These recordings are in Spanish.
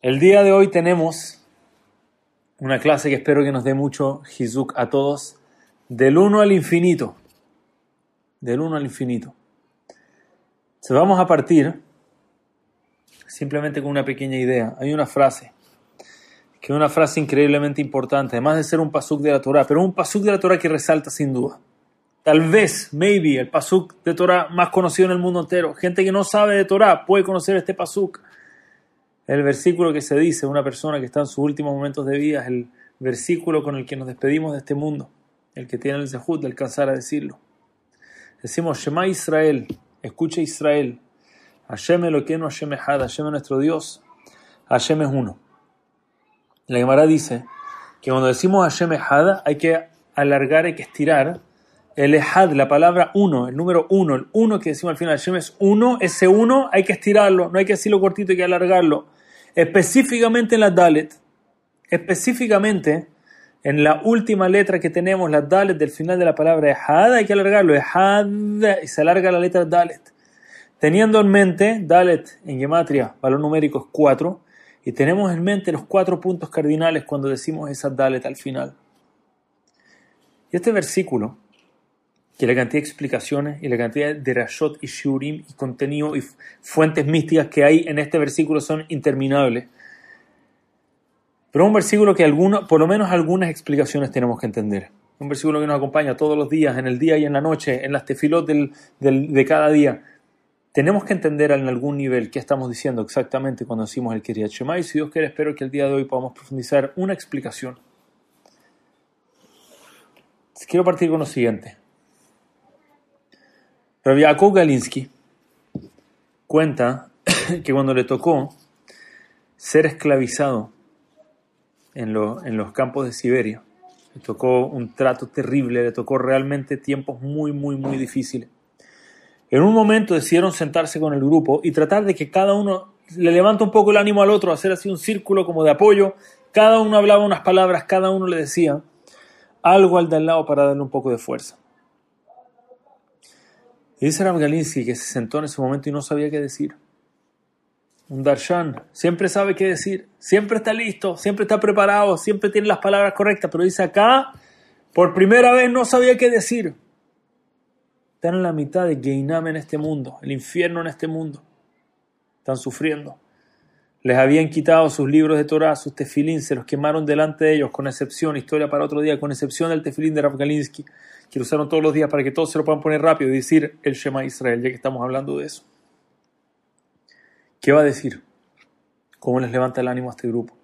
El día de hoy tenemos una clase que espero que nos dé mucho hizuk a todos, del 1 al infinito. Del 1 al infinito. Entonces vamos a partir simplemente con una pequeña idea. Hay una frase, que es una frase increíblemente importante, además de ser un pasuk de la Torah, pero un pasuk de la Torah que resalta sin duda. Tal vez, maybe, el pasuk de Torah más conocido en el mundo entero. Gente que no sabe de Torah puede conocer este pasuk. El versículo que se dice, una persona que está en sus últimos momentos de vida, es el versículo con el que nos despedimos de este mundo, el que tiene el zehut de alcanzar a decirlo. Decimos, Shema Israel, escucha Israel, Hashem Elokeinu, Hashem Echad, Hashem es nuestro Dios, Hashem es uno. La Gemara dice que cuando decimos Hashem Echad hay que alargar, hay que estirar el Echad, la palabra uno, el número uno, el uno que decimos al final, Hashem es uno, ese uno hay que estirarlo, no hay que decirlo cortito, hay que alargarlo. Específicamente en la Dalet, específicamente en la última letra que tenemos, la Dalet del final de la palabra Echad, hay que alargarlo, Echad, y se alarga la letra Dalet. Teniendo en mente, Dalet en gematria, valor numérico es 4, y tenemos en mente los 4 puntos cardinales cuando decimos esa Dalet al final. Y este versículo, que la cantidad de explicaciones y la cantidad de rashot y shiurim y contenido y fuentes místicas que hay en este versículo son interminables. Pero es un versículo que por lo menos algunas explicaciones tenemos que entender. Un versículo que nos acompaña todos los días, en el día y en la noche, en las tefilot de cada día. Tenemos que entender en algún nivel qué estamos diciendo exactamente cuando decimos el Kiryat Shema, y si Dios quiere, espero que el día de hoy podamos profundizar una explicación. Quiero partir con lo siguiente. Rabbi Yaakov Galinsky cuenta que cuando le tocó ser esclavizado en los campos de Siberia, le tocó un trato terrible, le tocó realmente tiempos muy, muy, muy difíciles. En un momento decidieron sentarse con el grupo y tratar de que cada uno le levante un poco el ánimo al otro, hacer así un círculo como de apoyo. Cada uno hablaba unas palabras, cada uno le decía algo al de al lado para darle un poco de fuerza. Y dice Rabbi Galinsky que se sentó en ese momento y no sabía qué decir. Un darshan siempre sabe qué decir, siempre está listo, siempre está preparado, siempre tiene las palabras correctas, pero dice acá, por primera vez no sabía qué decir. Están en la mitad de Geinam en este mundo, el infierno en este mundo. Están sufriendo. Les habían quitado sus libros de Torah, sus tefilín, se los quemaron delante de ellos, con excepción, historia para otro día, con excepción del tefilín de Rabbi Galinsky, que lo usaron todos los días para que todos se lo puedan poner rápido y decir el Shema Israel, ya que estamos hablando de eso. ¿Qué va a decir? ¿Cómo les levanta el ánimo a este grupo?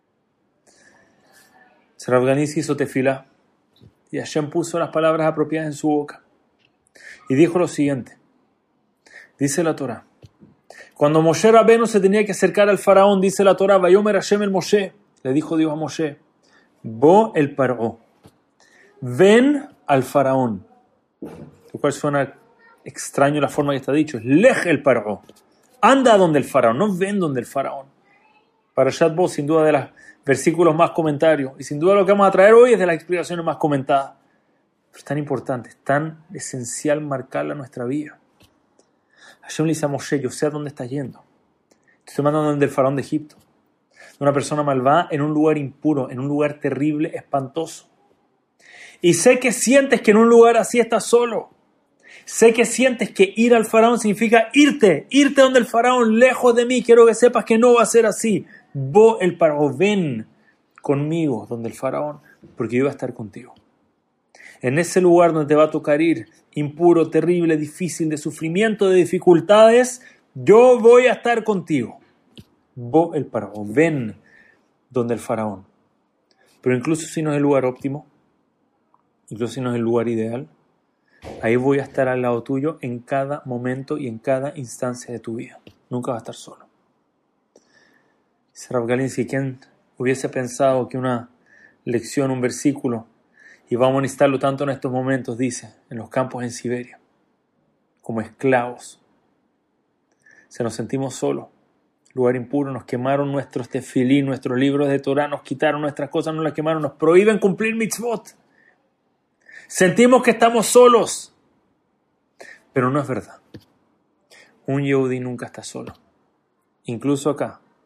Rabbi Galinsky hizo tefilá y Hashem puso las palabras apropiadas en su boca y dijo lo siguiente. Dice la Torah, cuando Moshe Rabenu se tenía que acercar al faraón, dice la Torah, Vayomer Hashem el Moshe, le dijo Dios a Moshe, Bo el Paró, ven al faraón. Lo cual suena extraño la forma que está dicho, es Lej el Paró, anda donde el faraón, no ven donde el faraón. Parashat Bo, sin duda de los versículos más comentarios, y sin duda lo que vamos a traer hoy es de las explicaciones más comentadas. Pero es tan importante, es tan esencial marcarla en nuestra vida. Hashem le dice a Moshe, yo sé a dónde estás yendo. Te estoy mandando donde el faraón de Egipto. Una persona malvada en un lugar impuro, en un lugar terrible, espantoso. Y sé que sientes que en un lugar así estás solo. Sé que sientes que ir al faraón significa irte donde el faraón, lejos de mí. Quiero que sepas que no va a ser así. Bo el faraón, ven conmigo donde el faraón, porque yo voy a estar contigo. En ese lugar donde te va a tocar ir, impuro, terrible, difícil, de sufrimiento, de dificultades, yo voy a estar contigo. Bo el faraón, ven donde el faraón. Pero incluso si no es el lugar óptimo, incluso si no es el lugar ideal, ahí voy a estar al lado tuyo en cada momento y en cada instancia de tu vida. Nunca vas a estar solo. Dice Rabbi Galinsky, ¿quién hubiese pensado que una lección, un versículo, y vamos a necesitarlo tanto en estos momentos, dice, en los campos en Siberia, como esclavos, se nos sentimos solos, lugar impuro, nos quemaron nuestros tefilín, nuestros libros de Torah, nos quitaron nuestras cosas, nos las quemaron, nos prohíben cumplir mitzvot. Sentimos que estamos solos, pero no es verdad. Un Yehudí nunca está solo. Incluso acá,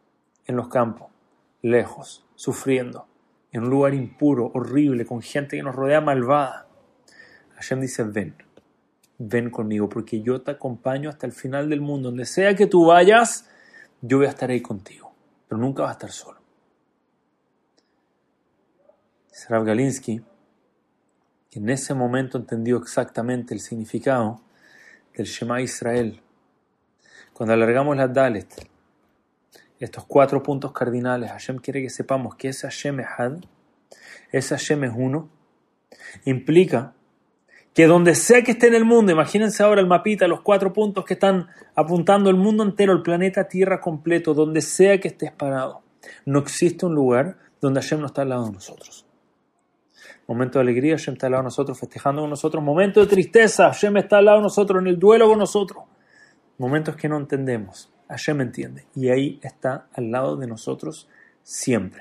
en los campos, lejos, sufriendo, en un lugar impuro, horrible, con gente que nos rodea malvada. Hashem dice, ven conmigo, porque yo te acompaño hasta el final del mundo. Donde sea que tú vayas, yo voy a estar ahí contigo, pero nunca vas a estar solo. Dice Rav Galinsky, que en ese momento entendió exactamente el significado del Shema Israel. Cuando alargamos la Dalet, estos 4 puntos cardinales, Hashem quiere que sepamos que ese Hashem Echad, ese Hashem es uno, implica que donde sea que esté en el mundo, imagínense ahora el mapita, los 4 puntos que están apuntando el mundo entero, el planeta Tierra completo, donde sea que estés parado, no existe un lugar donde Hashem no está al lado de nosotros. Momento de alegría, Hashem está al lado de nosotros, festejando con nosotros. Momento de tristeza, Hashem está al lado de nosotros, en el duelo con nosotros. Momentos que no entendemos, Hashem entiende. Y ahí está al lado de nosotros siempre.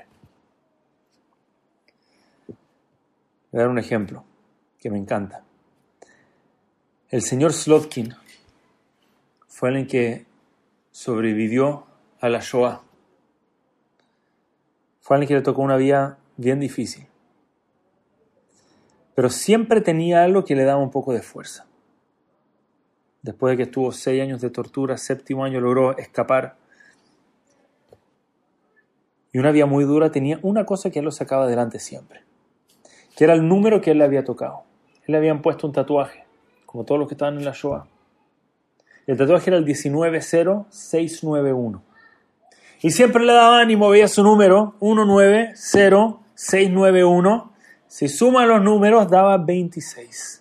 Voy a dar un ejemplo que me encanta. El señor Slotkin fue el que sobrevivió a la Shoah. Fue el que le tocó una vida bien difícil. Pero siempre tenía algo que le daba un poco de fuerza. Después de que estuvo 6 años de tortura, 7º año logró escapar. Y una vida muy dura, tenía una cosa que él lo sacaba adelante siempre, que era el número que él le había tocado. Él le habían puesto un tatuaje, como todos los que estaban en la Shoah. El tatuaje era el 190691. Y siempre le daba ánimo, veía su número, 190691. Si suma los números, daba 26.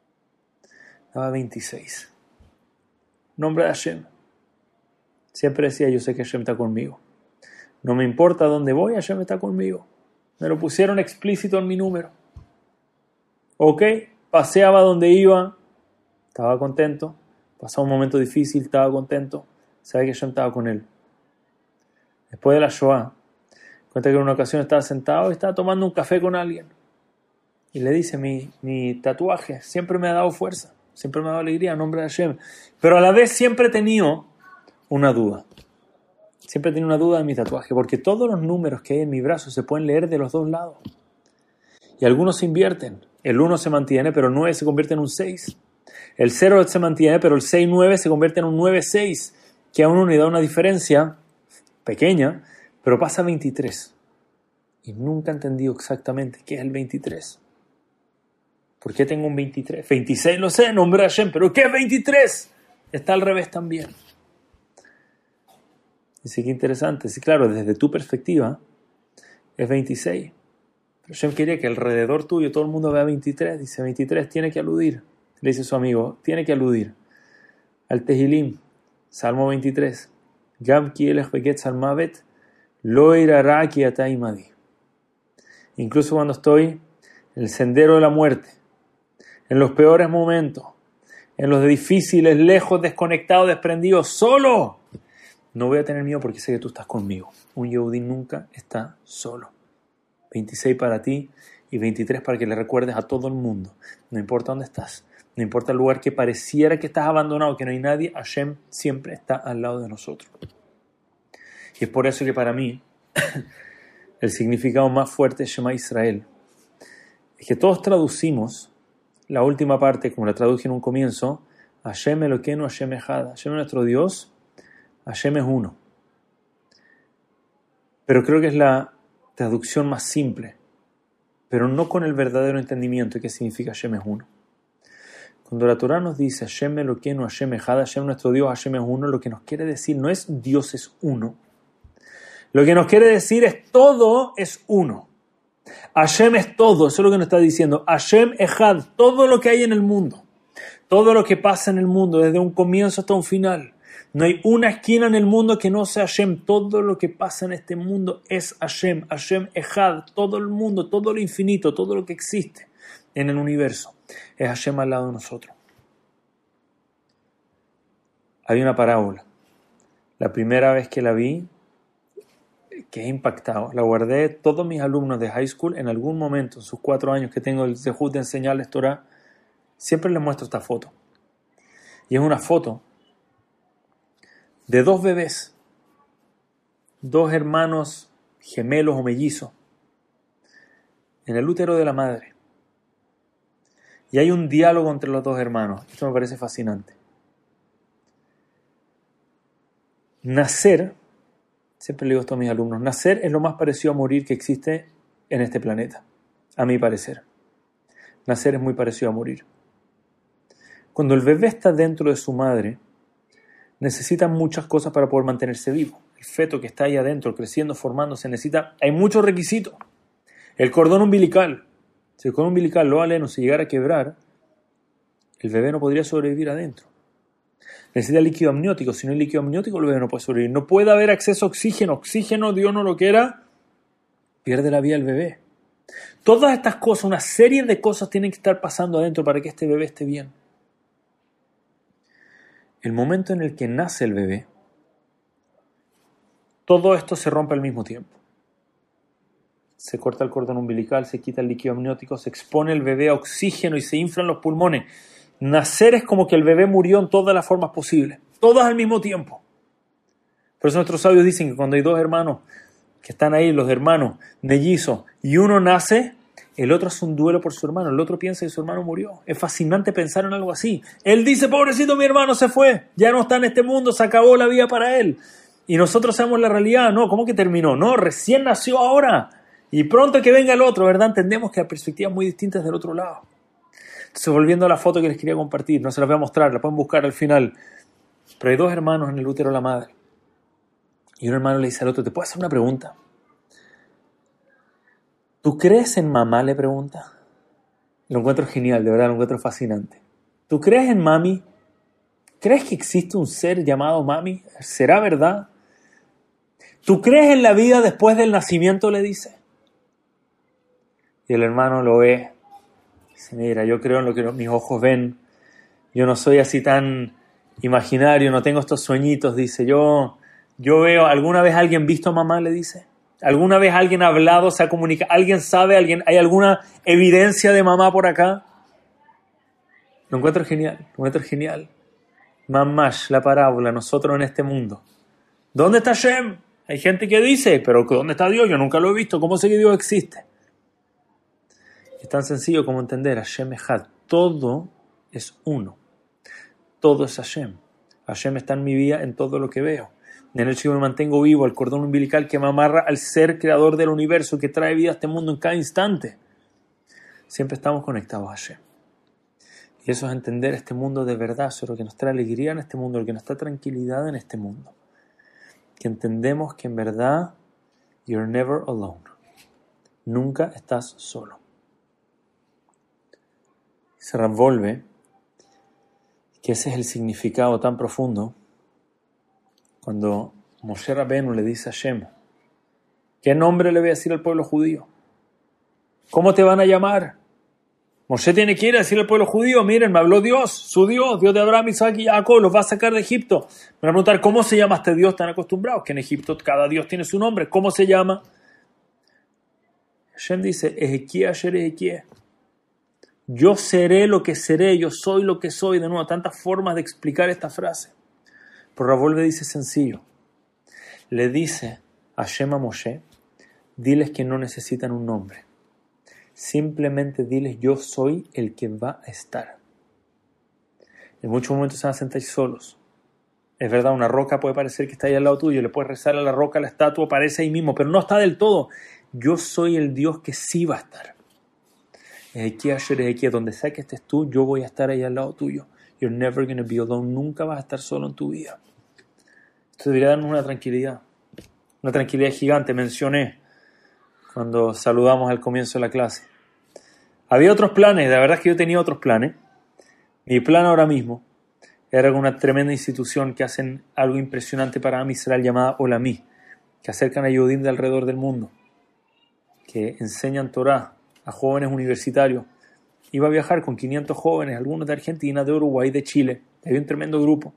Daba 26. Nombre de Hashem. Siempre decía, yo sé que Hashem está conmigo. No me importa dónde voy, Hashem está conmigo. Me lo pusieron explícito en mi número. Ok, paseaba donde iba, estaba contento. Pasaba un momento difícil, estaba contento. Sabía que Hashem estaba con él. Después de la Shoah, cuenta que en una ocasión estaba sentado y estaba tomando un café con alguien. Y le dice, mi tatuaje siempre me ha dado fuerza, siempre me ha dado alegría en nombre de Hashem. Pero a la vez siempre he tenido una duda. Siempre he tenido una duda de mi tatuaje, porque todos los números que hay en mi brazo se pueden leer de los dos lados. Y algunos se invierten. El 1 se mantiene, pero el 9 se convierte en un 6. El 0 se mantiene, pero el 6-9 se convierte en un 9-6, que a uno le da una diferencia pequeña, pero pasa a 23. Y nunca he entendido exactamente qué es el 23. ¿Por qué tengo un 23? 26 lo sé, nombre de Hashem, pero ¿qué es 23? Está al revés también. Dice, qué interesante. Sí, claro, desde tu perspectiva es 26. Pero Hashem quería que alrededor tuyo todo el mundo vea 23. Dice, 23 tiene que aludir. Le dice su amigo, tiene que aludir al Tehilim, Salmo 23. Gam ki elech begetz al mavet, lo irará ki ata imadi. Incluso cuando estoy en el sendero de la muerte, en los peores momentos, en los difíciles, lejos, desconectado, desprendido, solo, no voy a tener miedo porque sé que tú estás conmigo. Un Yehudí nunca está solo. 26 para ti y 23 para que le recuerdes a todo el mundo. No importa dónde estás, no importa el lugar que pareciera que estás abandonado, que no hay nadie, Hashem siempre está al lado de nosotros. Y es por eso que para mí el significado más fuerte de Shema Israel es que todos traducimos la última parte, como la traduje en un comienzo, Hashem Elokeinu, Hashem Echad. Hashem es nuestro Dios, Hashem es uno. Pero creo que es la traducción más simple, pero no con el verdadero entendimiento de qué significa Hashem es uno. Cuando la Torah nos dice Hashem Elokeinu, Hashem Echad, Hashem nuestro Dios, Hashem es uno, lo que nos quiere decir no es Dios es uno. Lo que nos quiere decir es todo es uno. Hashem es todo, eso es lo que nos está diciendo. Hashem Echad, todo lo que hay en el mundo, todo lo que pasa en el mundo, desde un comienzo hasta un final. No hay una esquina en el mundo que no sea Hashem. Todo lo que pasa en este mundo es Hashem. Hashem Echad, todo el mundo, todo lo infinito, todo lo que existe en el universo es Hashem al lado de nosotros. Hay una parábola. La primera vez que la vi, que he impactado. La guardé todos mis alumnos de high school en algún momento, en sus 4 años que tengo el zehut de enseñarles Torah, siempre les muestro esta foto. Y es una foto de 2 bebés. dos hermanos gemelos o mellizos en el útero de la madre. Y hay un diálogo entre los dos hermanos. Esto me parece fascinante. Nacer, siempre le digo esto a mis alumnos, nacer es lo más parecido a morir que existe en este planeta, a mi parecer. Nacer es muy parecido a morir. Cuando el bebé está dentro de su madre, necesita muchas cosas para poder mantenerse vivo. El feto que está ahí adentro, creciendo, formándose, hay muchos requisitos. El cordón umbilical. Si el cordón umbilical, lo aleno, se llegara a quebrar, el bebé no podría sobrevivir adentro. Necesita líquido amniótico. Si no hay líquido amniótico, el bebé no puede sobrevivir. No puede haber acceso a oxígeno. Oxígeno, Dios no lo quiera, pierde la vida el bebé. Todas estas cosas, una serie de cosas tienen que estar pasando adentro para que este bebé esté bien. El momento en el que nace el bebé, todo esto se rompe al mismo tiempo. Se corta el cordón umbilical, se quita el líquido amniótico, se expone el bebé a oxígeno y se inflan los pulmones. Nacer es como que el bebé murió en todas las formas posibles, todas al mismo tiempo. Por eso nuestros sabios dicen que cuando hay dos hermanos que están ahí, los hermanos mellizos, y uno nace, el otro hace un duelo por su hermano, el otro piensa que su hermano murió. Es fascinante pensar en algo así. Él dice, pobrecito, mi hermano se fue, ya no está en este mundo, se acabó la vida para él. Y nosotros sabemos la realidad, no, ¿cómo que terminó? No, recién nació ahora. Y pronto que venga el otro, ¿verdad? Entendemos que la perspectiva es muy distinta del otro lado. Entonces, volviendo a la foto que les quería compartir, no se las voy a mostrar, la pueden buscar al final. Pero hay dos hermanos en el útero de la madre. Y un hermano le dice al otro, ¿te puedo hacer una pregunta? ¿Tú crees en mamá? Le pregunta. Lo encuentro genial, de verdad, lo encuentro fascinante. ¿Tú crees en mami? ¿Crees que existe un ser llamado mami? ¿Será verdad? ¿Tú crees en la vida después del nacimiento? Le dice. Y el hermano lo ve. Dice, mira, yo creo en lo que mis ojos ven. Yo no soy así tan imaginario, no tengo estos sueñitos. Dice, yo veo, ¿alguna vez alguien visto a mamá? Le dice. ¿Alguna vez alguien ha hablado, se ha comunicado? ¿Alguien sabe? ¿Hay alguna evidencia de mamá por acá? Lo encuentro genial, lo encuentro genial. Mamash, la parábola, nosotros en este mundo. ¿Dónde está Hashem? Hay gente que dice, pero ¿dónde está Dios? Yo nunca lo he visto. ¿Cómo sé que Dios existe? Es tan sencillo como entender, Hashem Echad. Todo es uno. Todo es Hashem. Hashem está en mi vida, en todo lo que veo. En el yo me mantengo vivo, el cordón umbilical que me amarra al ser creador del universo, que trae vida a este mundo en cada instante. Siempre estamos conectados a Hashem. Y eso es entender este mundo de verdad, eso es lo que nos trae alegría en este mundo, lo que nos trae tranquilidad en este mundo. Que entendemos que en verdad, you're never alone. Nunca estás solo. Se revuelve que ese es el significado tan profundo cuando Moshe Rabbeinu le dice a Hashem, ¿qué nombre le voy a decir al pueblo judío? ¿Cómo te van a llamar? Moshe tiene que ir a decirle al pueblo judío, miren, me habló Dios, su Dios, Dios de Abraham, Isaac y Jacob, los va a sacar de Egipto. Me van a preguntar, ¿cómo se llama este Dios tan acostumbrados? Que en Egipto cada Dios tiene su nombre. ¿Cómo se llama? Hashem dice, Ezequiel, Asher Ezequiel. Yo seré lo que seré, yo soy lo que soy. De nuevo, tantas formas de explicar esta frase. Pero Ravolve dice sencillo. Le dice a Hashem a Moshe, diles que no necesitan un nombre. Simplemente diles, yo soy el que va a estar. En muchos momentos se van a sentar solos. Es verdad, una roca puede parecer que está ahí al lado tuyo, le puedes rezar a la roca, la estatua aparece ahí mismo, pero no está del todo. Yo soy el Dios que sí va a estar. Ezequiel, donde sea que estés tú, yo voy a estar ahí al lado tuyo. You're never going to be alone. Nunca vas a estar solo en tu vida. Esto debería darnos una tranquilidad gigante. Mencioné cuando saludamos al comienzo de la clase. Había otros planes, la verdad es que yo tenía otros planes. Mi plan ahora mismo era una tremenda institución que hacen algo impresionante para Am Israel llamada Olamí, que acercan a Yehudim de alrededor del mundo, que enseñan Torah a jóvenes universitarios. Iba a viajar con 500 jóvenes, algunos de Argentina, de Uruguay, de Chile. Había un tremendo grupo.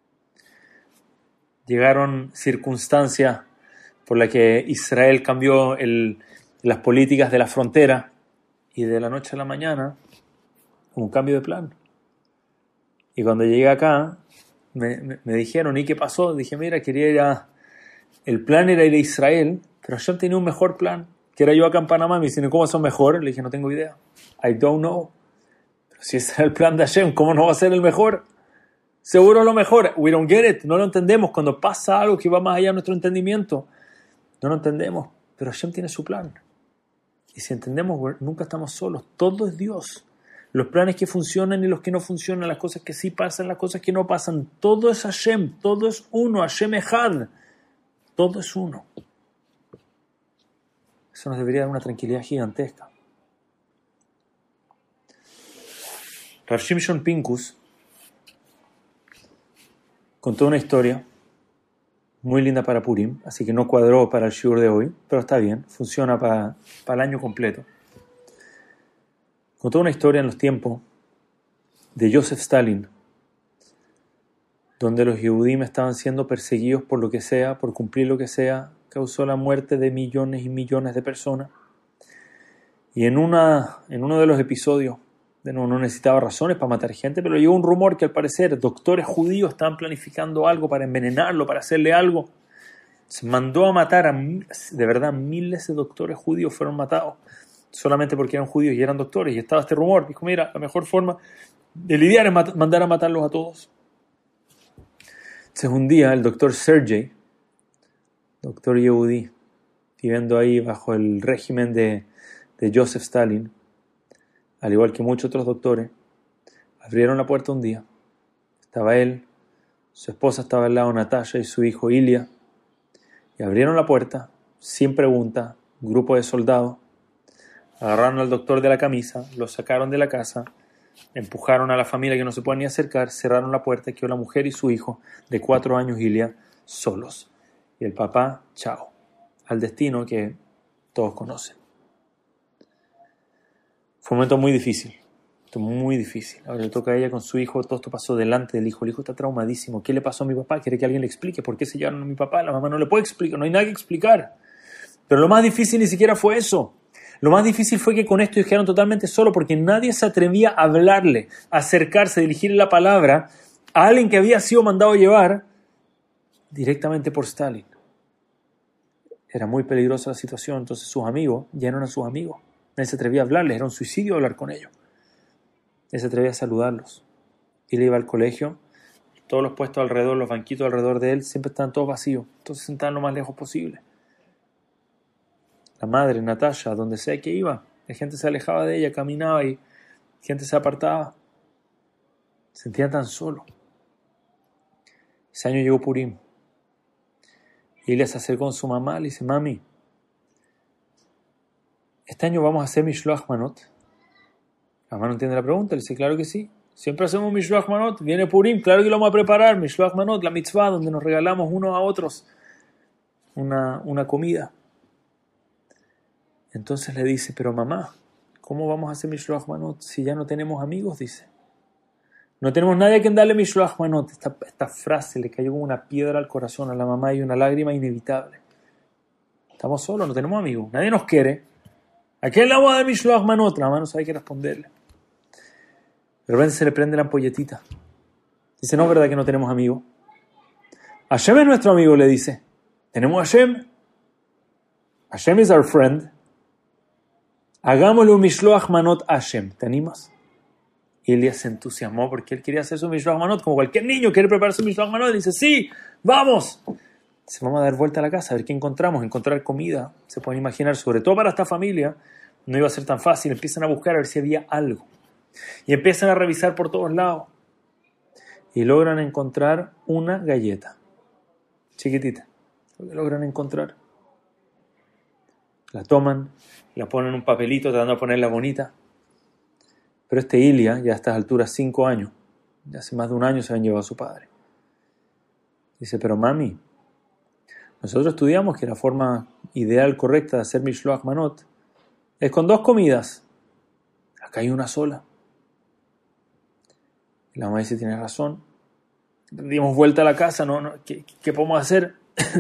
Llegaron circunstancias por las que Israel cambió las políticas de la frontera y de la noche a la mañana hubo un cambio de plan. Y cuando llegué acá me dijeron, ¿y qué pasó? Dije, mira, quería ir a el plan era ir a Israel, pero Hashem tenía un mejor plan, que era yo acá en Panamá. Me dicen, ¿cómo son mejor? Le dije, no tengo idea. I don't know. Pero si ese era el plan de Hashem, ¿cómo no va a ser el mejor? Seguro es lo mejor. We don't get it. No lo entendemos. Cuando pasa algo que va más allá de nuestro entendimiento, no lo entendemos. Pero Hashem tiene su plan. Y si entendemos, nunca estamos solos. Todo es Dios. Los planes que funcionan y los que no funcionan, las cosas que sí pasan, las cosas que no pasan, todo es Hashem, todo es uno, Hashem Echad. Todo es uno. Eso nos debería dar una tranquilidad gigantesca. Rav Shimshon Pincus contó una historia muy linda para Purim, así que no cuadró para el shiur de hoy, pero está bien, funciona para el año completo. Contó una historia en los tiempos de Joseph Stalin, donde los Yehudim estaban siendo perseguidos por lo que sea, por cumplir lo que sea, causó la muerte de millones y millones de personas. Y en uno de los episodios, no necesitaba razones para matar gente, pero llegó un rumor que al parecer doctores judíos estaban planificando algo para envenenarlo, para hacerle algo. Se mandó a matar de verdad, miles de doctores judíos fueron matados, solamente porque eran judíos y eran doctores. Y estaba este rumor, dijo, mira, la mejor forma de lidiar es mandar a matarlos a todos. Entonces un día el doctor Sergei, doctor Yehudi, viviendo ahí bajo el régimen de Joseph Stalin, al igual que muchos otros doctores, abrieron la puerta un día. Estaba él, su esposa estaba al lado, Natasha, y su hijo Ilya, y abrieron la puerta, sin pregunta, un grupo de soldados, agarraron al doctor de la camisa, lo sacaron de la casa, empujaron a la familia que no se podía ni acercar, cerraron la puerta y quedó la mujer y su hijo de 4 años, Ilya, solos. Y el papá, chao, al destino que todos conocen. Fue un momento muy difícil, muy difícil. Ahora le toca a ella con su hijo, todo esto pasó delante del hijo. El hijo está traumadísimo. ¿Qué le pasó a mi papá? Quiere que alguien le explique por qué se llevaron a mi papá. La mamá no le puede explicar, no hay nada que explicar. Pero lo más difícil ni siquiera fue eso. Lo más difícil fue que con esto ellos quedaron totalmente solos porque nadie se atrevía a hablarle, a acercarse, a dirigirle la palabra a alguien que había sido mandado a llevar directamente por Stalin. Era muy peligrosa la situación, entonces sus amigos ya no eran sus amigos. Nadie se atrevía a hablarles, era un suicidio hablar con ellos. Nadie se atrevía a saludarlos. Y le iba al colegio, todos los puestos alrededor, los banquitos alrededor de él, siempre estaban todos vacíos, entonces se sentaban lo más lejos posible. La madre, Natasha, donde sea que iba, la gente se alejaba de ella, caminaba y gente se apartaba. Se sentía tan solo. Ese año llegó Purim. Y ella se acercó con su mamá, le dice, mami, ¿este año vamos a hacer Mishloach Manot? La mamá no entiende la pregunta, le dice, claro que sí. Siempre hacemos Mishloach Manot, viene Purim, claro que lo vamos a preparar, Mishloach Manot, la mitzvah, donde nos regalamos unos a otros una comida. Entonces le dice, pero mamá, ¿cómo vamos a hacer Mishloach Manot si ya no tenemos amigos? Dice. No tenemos nadie a quien darle Mishloach Manot. Esta frase le cayó como una piedra al corazón a la mamá y una lágrima inevitable. Estamos solos, no tenemos amigos, nadie nos quiere. ¿A quién le vamos a dar Mishloach Manot? La mamá no sabe qué responderle. De repente se le prende la ampolletita. Dice, no, ¿verdad que no tenemos amigos? Hashem es nuestro amigo, le dice. ¿Tenemos a Hashem? Hashem is our friend. Hagámosle un Mishloach Manot a Hashem. ¿Te animas? Y Elías se entusiasmó porque él quería hacer su Mishloach Manot, como cualquier niño quiere preparar su Mishloach Manot. Y dice, sí, vamos. Dice, vamos a dar vuelta a la casa, a ver qué encontramos. Encontrar comida, se pueden imaginar, sobre todo para esta familia, no iba a ser tan fácil. Empiezan a buscar a ver si había algo. Y empiezan a revisar por todos lados. Y logran encontrar una galleta. Chiquitita. Lo que logran encontrar. La toman, la ponen en un papelito tratando de ponerla bonita. Pero este Ilya, ya a estas alturas 5 años, ya hace más de un año se habían llevado a su padre. Dice, pero mami, nosotros estudiamos que la forma ideal, correcta de hacer Mishloach Manot es con 2 comidas. Acá hay una sola. Y la mamá dice, tienes razón. Dimos vuelta a la casa, ¿qué podemos hacer?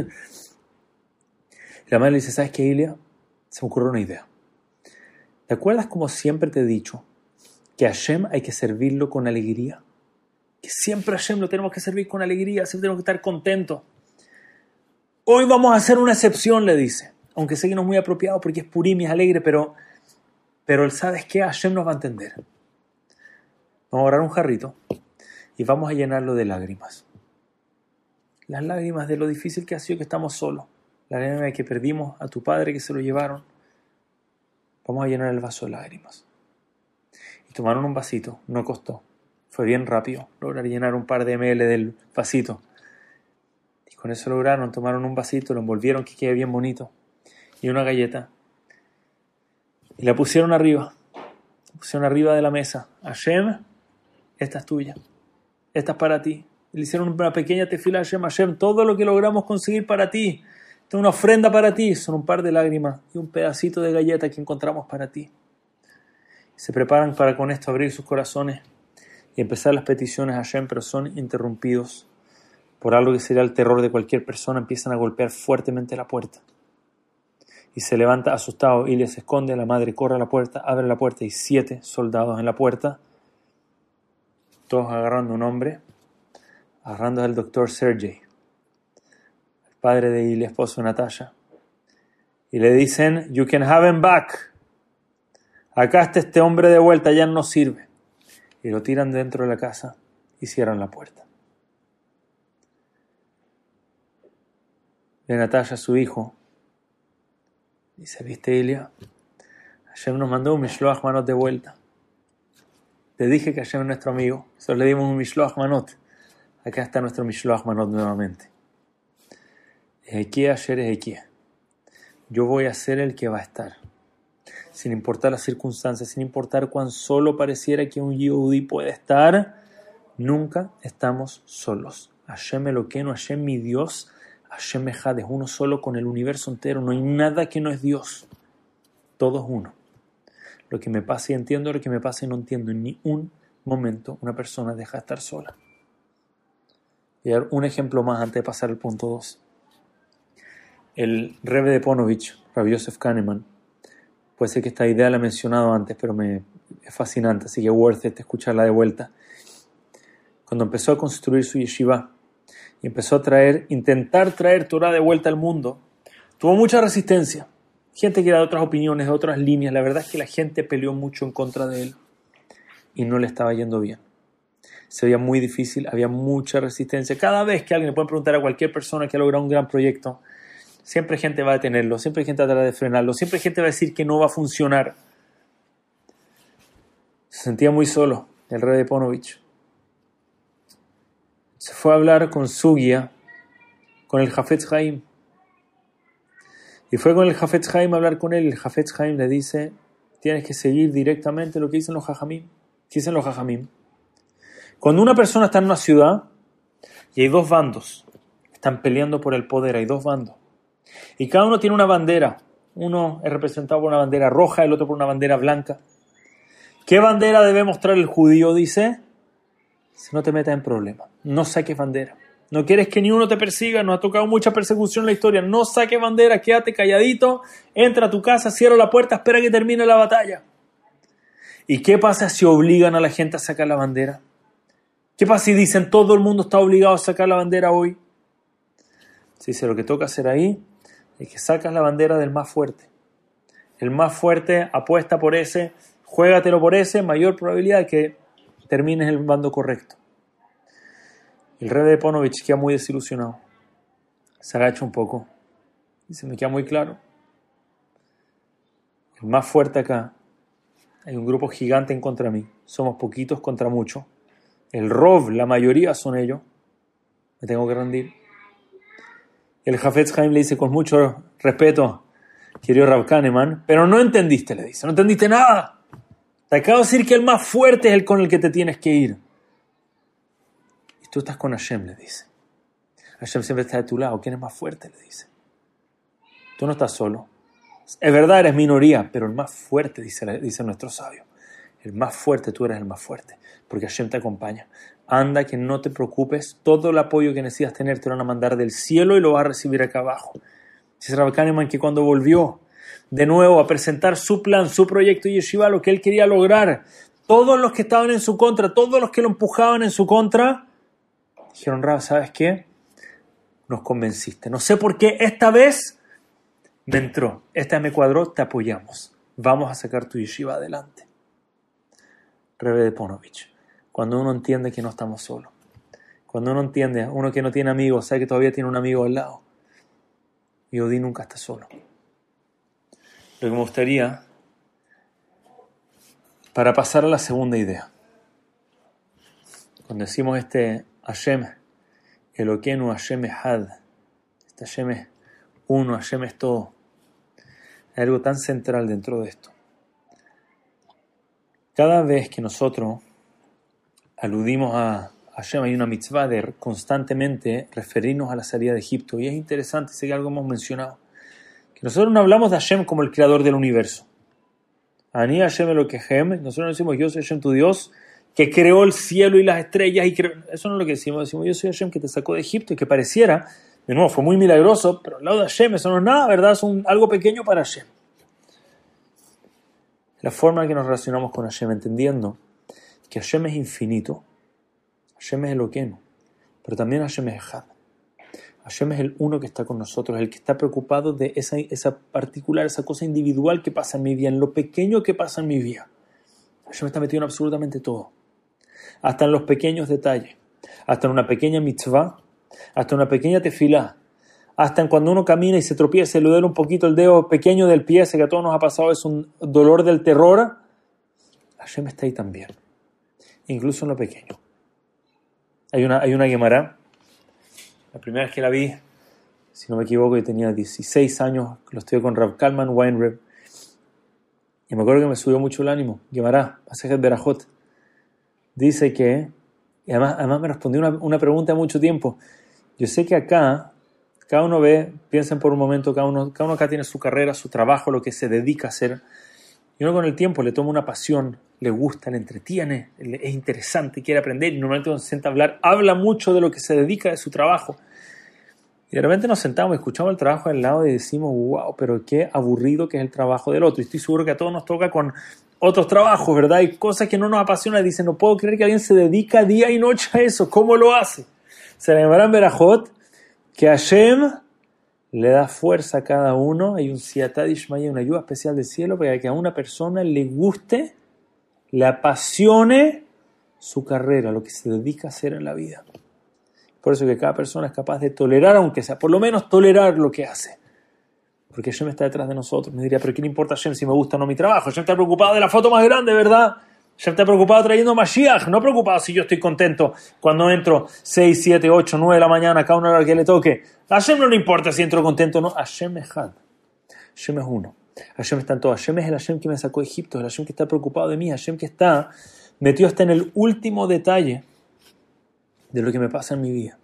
Y la madre le dice, ¿sabes qué, Ilya? Se me ocurrió una idea. ¿Te acuerdas como siempre te he dicho que a Hashem hay que servirlo con alegría? Que siempre a Hashem lo tenemos que servir con alegría, siempre tenemos que estar contentos. Hoy vamos a hacer una excepción, le dice. Aunque sé que no es muy apropiado porque es Purim y es alegre, pero él sabe que Hashem nos va a entender. Vamos a agarrar un jarrito y vamos a llenarlo de lágrimas. Las lágrimas de lo difícil que ha sido que estamos solos. La lágrima de que perdimos a tu padre, que se lo llevaron. Vamos a llenar el vaso de lágrimas. Y tomaron un vasito, no costó. Fue bien rápido lograr llenar un par de ml del vasito. Y con eso lograron, tomaron un vasito, lo envolvieron que quede bien bonito. Y una galleta. Y la pusieron arriba. La pusieron arriba de la mesa. Hashem, esta es tuya. Esta es para ti. Y le hicieron una pequeña tefila a Hashem. Hashem, todo lo que logramos conseguir para ti. Esta es una ofrenda para ti. Son un par de lágrimas y un pedacito de galleta que encontramos para ti. Se preparan para con esto abrir sus corazones y empezar las peticiones a Hashem, pero son interrumpidos por algo que sería el terror de cualquier persona. Empiezan a golpear fuertemente la puerta. Y se levanta asustado y se esconde. La madre corre a la puerta, abre la puerta y 7 soldados en la puerta. Todos agarrando un hombre, agarrando al doctor Sergey, el padre de Ilya, esposo de Natasha. Y le dicen, you can have him back. Acá está este hombre de vuelta, ya no sirve. Y lo tiran dentro de la casa y cierran la puerta. De Natasha, su hijo, dice, ¿viste, Ilya? Hashem nos mandó un Mishloach Manot de vuelta. Te dije que Hashem es nuestro amigo. Solo le dimos un Mishloach Manot. Acá está nuestro Mishloach Manot nuevamente. Ezequiel, ayer Ezequiel. Yo voy a ser el que va a estar. Sin importar las circunstancias, sin importar cuán solo pareciera que un Yehudí puede estar, nunca estamos solos. Hashem Eloqueno, Hashem mi Dios, Hashem Echad, es uno solo con el universo entero. No hay nada que no es Dios. Todo es uno. Lo que me pasa y entiendo, lo que me pasa y no entiendo. En ni un momento una persona deja de estar sola. Y a dar un ejemplo más antes de pasar al punto 2. El Rebbe de Ponovich, Rabbi Yosef Kahneman, puede ser que esta idea la he mencionado antes, pero es fascinante, así que worth it escucharla de vuelta. Cuando empezó a construir su yeshiva y empezó a intentar traer Torah de vuelta al mundo, tuvo mucha resistencia. Gente que era de otras opiniones, de otras líneas. La verdad es que la gente peleó mucho en contra de él y no le estaba yendo bien. Se veía muy difícil, había mucha resistencia. Cada vez que alguien le puede preguntar a cualquier persona que ha logrado un gran proyecto, siempre gente va a detenerlo, siempre gente va a tratar de frenarlo, siempre gente va a decir que no va a funcionar. Se sentía muy solo, el rey de Ponovich. Se fue a hablar con su guía, con el Hafetz Haim. Y fue con el Hafetz Haim a hablar con él. El Hafetz Haim le dice, tienes que seguir directamente lo que dicen los Jajamim. ¿Qué dicen los Jajamim? Cuando una persona está en una ciudad y hay 2 bandos, están peleando por el poder, hay 2 bandos. Y cada uno tiene una bandera. Uno es representado por una bandera roja, el otro por una bandera blanca. ¿Qué bandera debe mostrar el judío? Dice, si no te metas en problemas, no saques bandera. No quieres que ni uno te persiga, nos ha tocado mucha persecución en la historia. No saques bandera, quédate calladito, entra a tu casa, cierra la puerta, espera que termine la batalla. ¿Y qué pasa si obligan a la gente a sacar la bandera? ¿Qué pasa si dicen todo el mundo está obligado a sacar la bandera hoy? Se dice, lo que toca hacer ahí es que sacas la bandera del más fuerte. El más fuerte apuesta por ese, juégatelo por ese, mayor probabilidad de que termines en el bando correcto. El rey de Ponovich queda muy desilusionado. Se agacha un poco. Dice, me queda muy claro. El más fuerte acá. Hay un grupo gigante en contra de mí. Somos poquitos contra muchos. El Rov, la mayoría son ellos. Me tengo que rendir. El Hafetz Haim le dice con mucho respeto, querido Rav Kahneman, pero no entendiste, le dice. No entendiste nada. Te acabo de decir que el más fuerte es el con el que te tienes que ir. Tú estás con Hashem, le dice. Hashem siempre está de tu lado. ¿Quién es más fuerte? Le dice. Tú no estás solo. Es verdad, eres minoría, pero el más fuerte, dice nuestro sabio. El más fuerte, tú eres el más fuerte, porque Hashem te acompaña. Anda, que no te preocupes. Todo el apoyo que necesitas tener te lo van a mandar del cielo y lo vas a recibir acá abajo. Dice Rav Kahneman que cuando volvió de nuevo a presentar su plan, su proyecto Yeshiva, lo que él quería lograr, todos los que estaban en su contra, todos los que lo empujaban en su contra, dijeron, Rav, ¿sabes qué? nos convenciste. No sé por qué esta vez me entró, esta vez me cuadró, te apoyamos. Vamos a sacar tu yeshiva adelante. Rebbe de Ponovich. Cuando uno entiende que no estamos solos. Cuando uno entiende, uno que no tiene amigos, sabe que todavía tiene un amigo al lado. Y Odí nunca está solo. Lo que me gustaría, para pasar a la segunda idea. Cuando decimos Hashem, Eloquenu, Hashem Echad, este Hashem es uno, Hashem es todo. Hay algo tan central dentro de esto. Cada vez que nosotros aludimos a Hashem, hay una mitzvah de constantemente referirnos a la salida de Egipto. Y es interesante, sé que algo hemos mencionado, que nosotros no hablamos de Hashem como el creador del universo. Ani Hashem Elokehem, nosotros no decimos yo soy Hashem tu Dios, que creó el cielo y las estrellas. Eso no es lo que decimos yo soy Hashem que te sacó de Egipto, y que pareciera, de nuevo, fue muy milagroso, pero al lado de Hashem eso no es nada, ¿verdad? Es algo pequeño para Hashem. La forma en que nos relacionamos con Hashem, entendiendo que Hashem es infinito, Hashem es Eloqueno, pero también Hashem es Echad. Hashem es el uno que está con nosotros, el que está preocupado de esa particular, esa cosa individual que pasa en mi vida, en lo pequeño que pasa en mi vida. Hashem está metido en absolutamente todo, hasta en los pequeños detalles, hasta en una pequeña mitzvah, hasta en una pequeña tefilá, hasta en cuando uno camina y se tropieza y le duele un poquito el dedo pequeño del pie, ese que a todos nos ha pasado, es un dolor del terror. Hashem está ahí también, incluso en lo pequeño. Hay una Gemara, la primera vez que la vi, si no me equivoco, yo tenía 16 años, lo estudié con Rav Kalman Weinreb, y me acuerdo que me subió mucho el ánimo. Gemara, Masejet Berajot, dice que, y además me respondió una pregunta de mucho tiempo. Yo sé que acá, cada uno piensen por un momento, cada uno acá tiene su carrera, su trabajo, lo que se dedica a hacer, y uno con el tiempo le toma una pasión, le gusta, le entretiene, es interesante, quiere aprender, y normalmente cuando se sienta a hablar, habla mucho de lo que se dedica, de su trabajo. Y de repente nos sentamos, escuchamos el trabajo al lado y decimos, wow, pero qué aburrido que es el trabajo del otro. Y estoy seguro que a todos nos toca con otros trabajos, ¿verdad? Hay cosas que no nos apasionan y dicen, no puedo creer que alguien se dedica día y noche a eso. ¿Cómo lo hace? Se le llamarán Berajot, que Hashem le da fuerza a cada uno. Hay un Siyatad Ishmael, una ayuda especial del cielo para que a una persona le guste, le apasione su carrera, lo que se dedica a hacer en la vida. Por eso que cada persona es capaz de tolerar, aunque sea, por lo menos tolerar lo que hace. Porque Hashem está detrás de nosotros. Me diría, pero ¿qué le importa a Hashem si me gusta o no mi trabajo? Hashem está preocupado de la foto más grande, ¿verdad? Hashem está preocupado trayendo Mashiach, no preocupado si yo estoy contento cuando entro 6, 7, 8, 9 de la mañana, cada una hora que le toque. A Hashem no le importa si entro contento o no. Hashem es Had. Hashem es uno. Hashem está en todo. Hashem es el Hashem que me sacó de Egipto, el Hashem que está preocupado de mí, Hashem que está metido hasta en el último detalle de lo que me pasa en mi vida.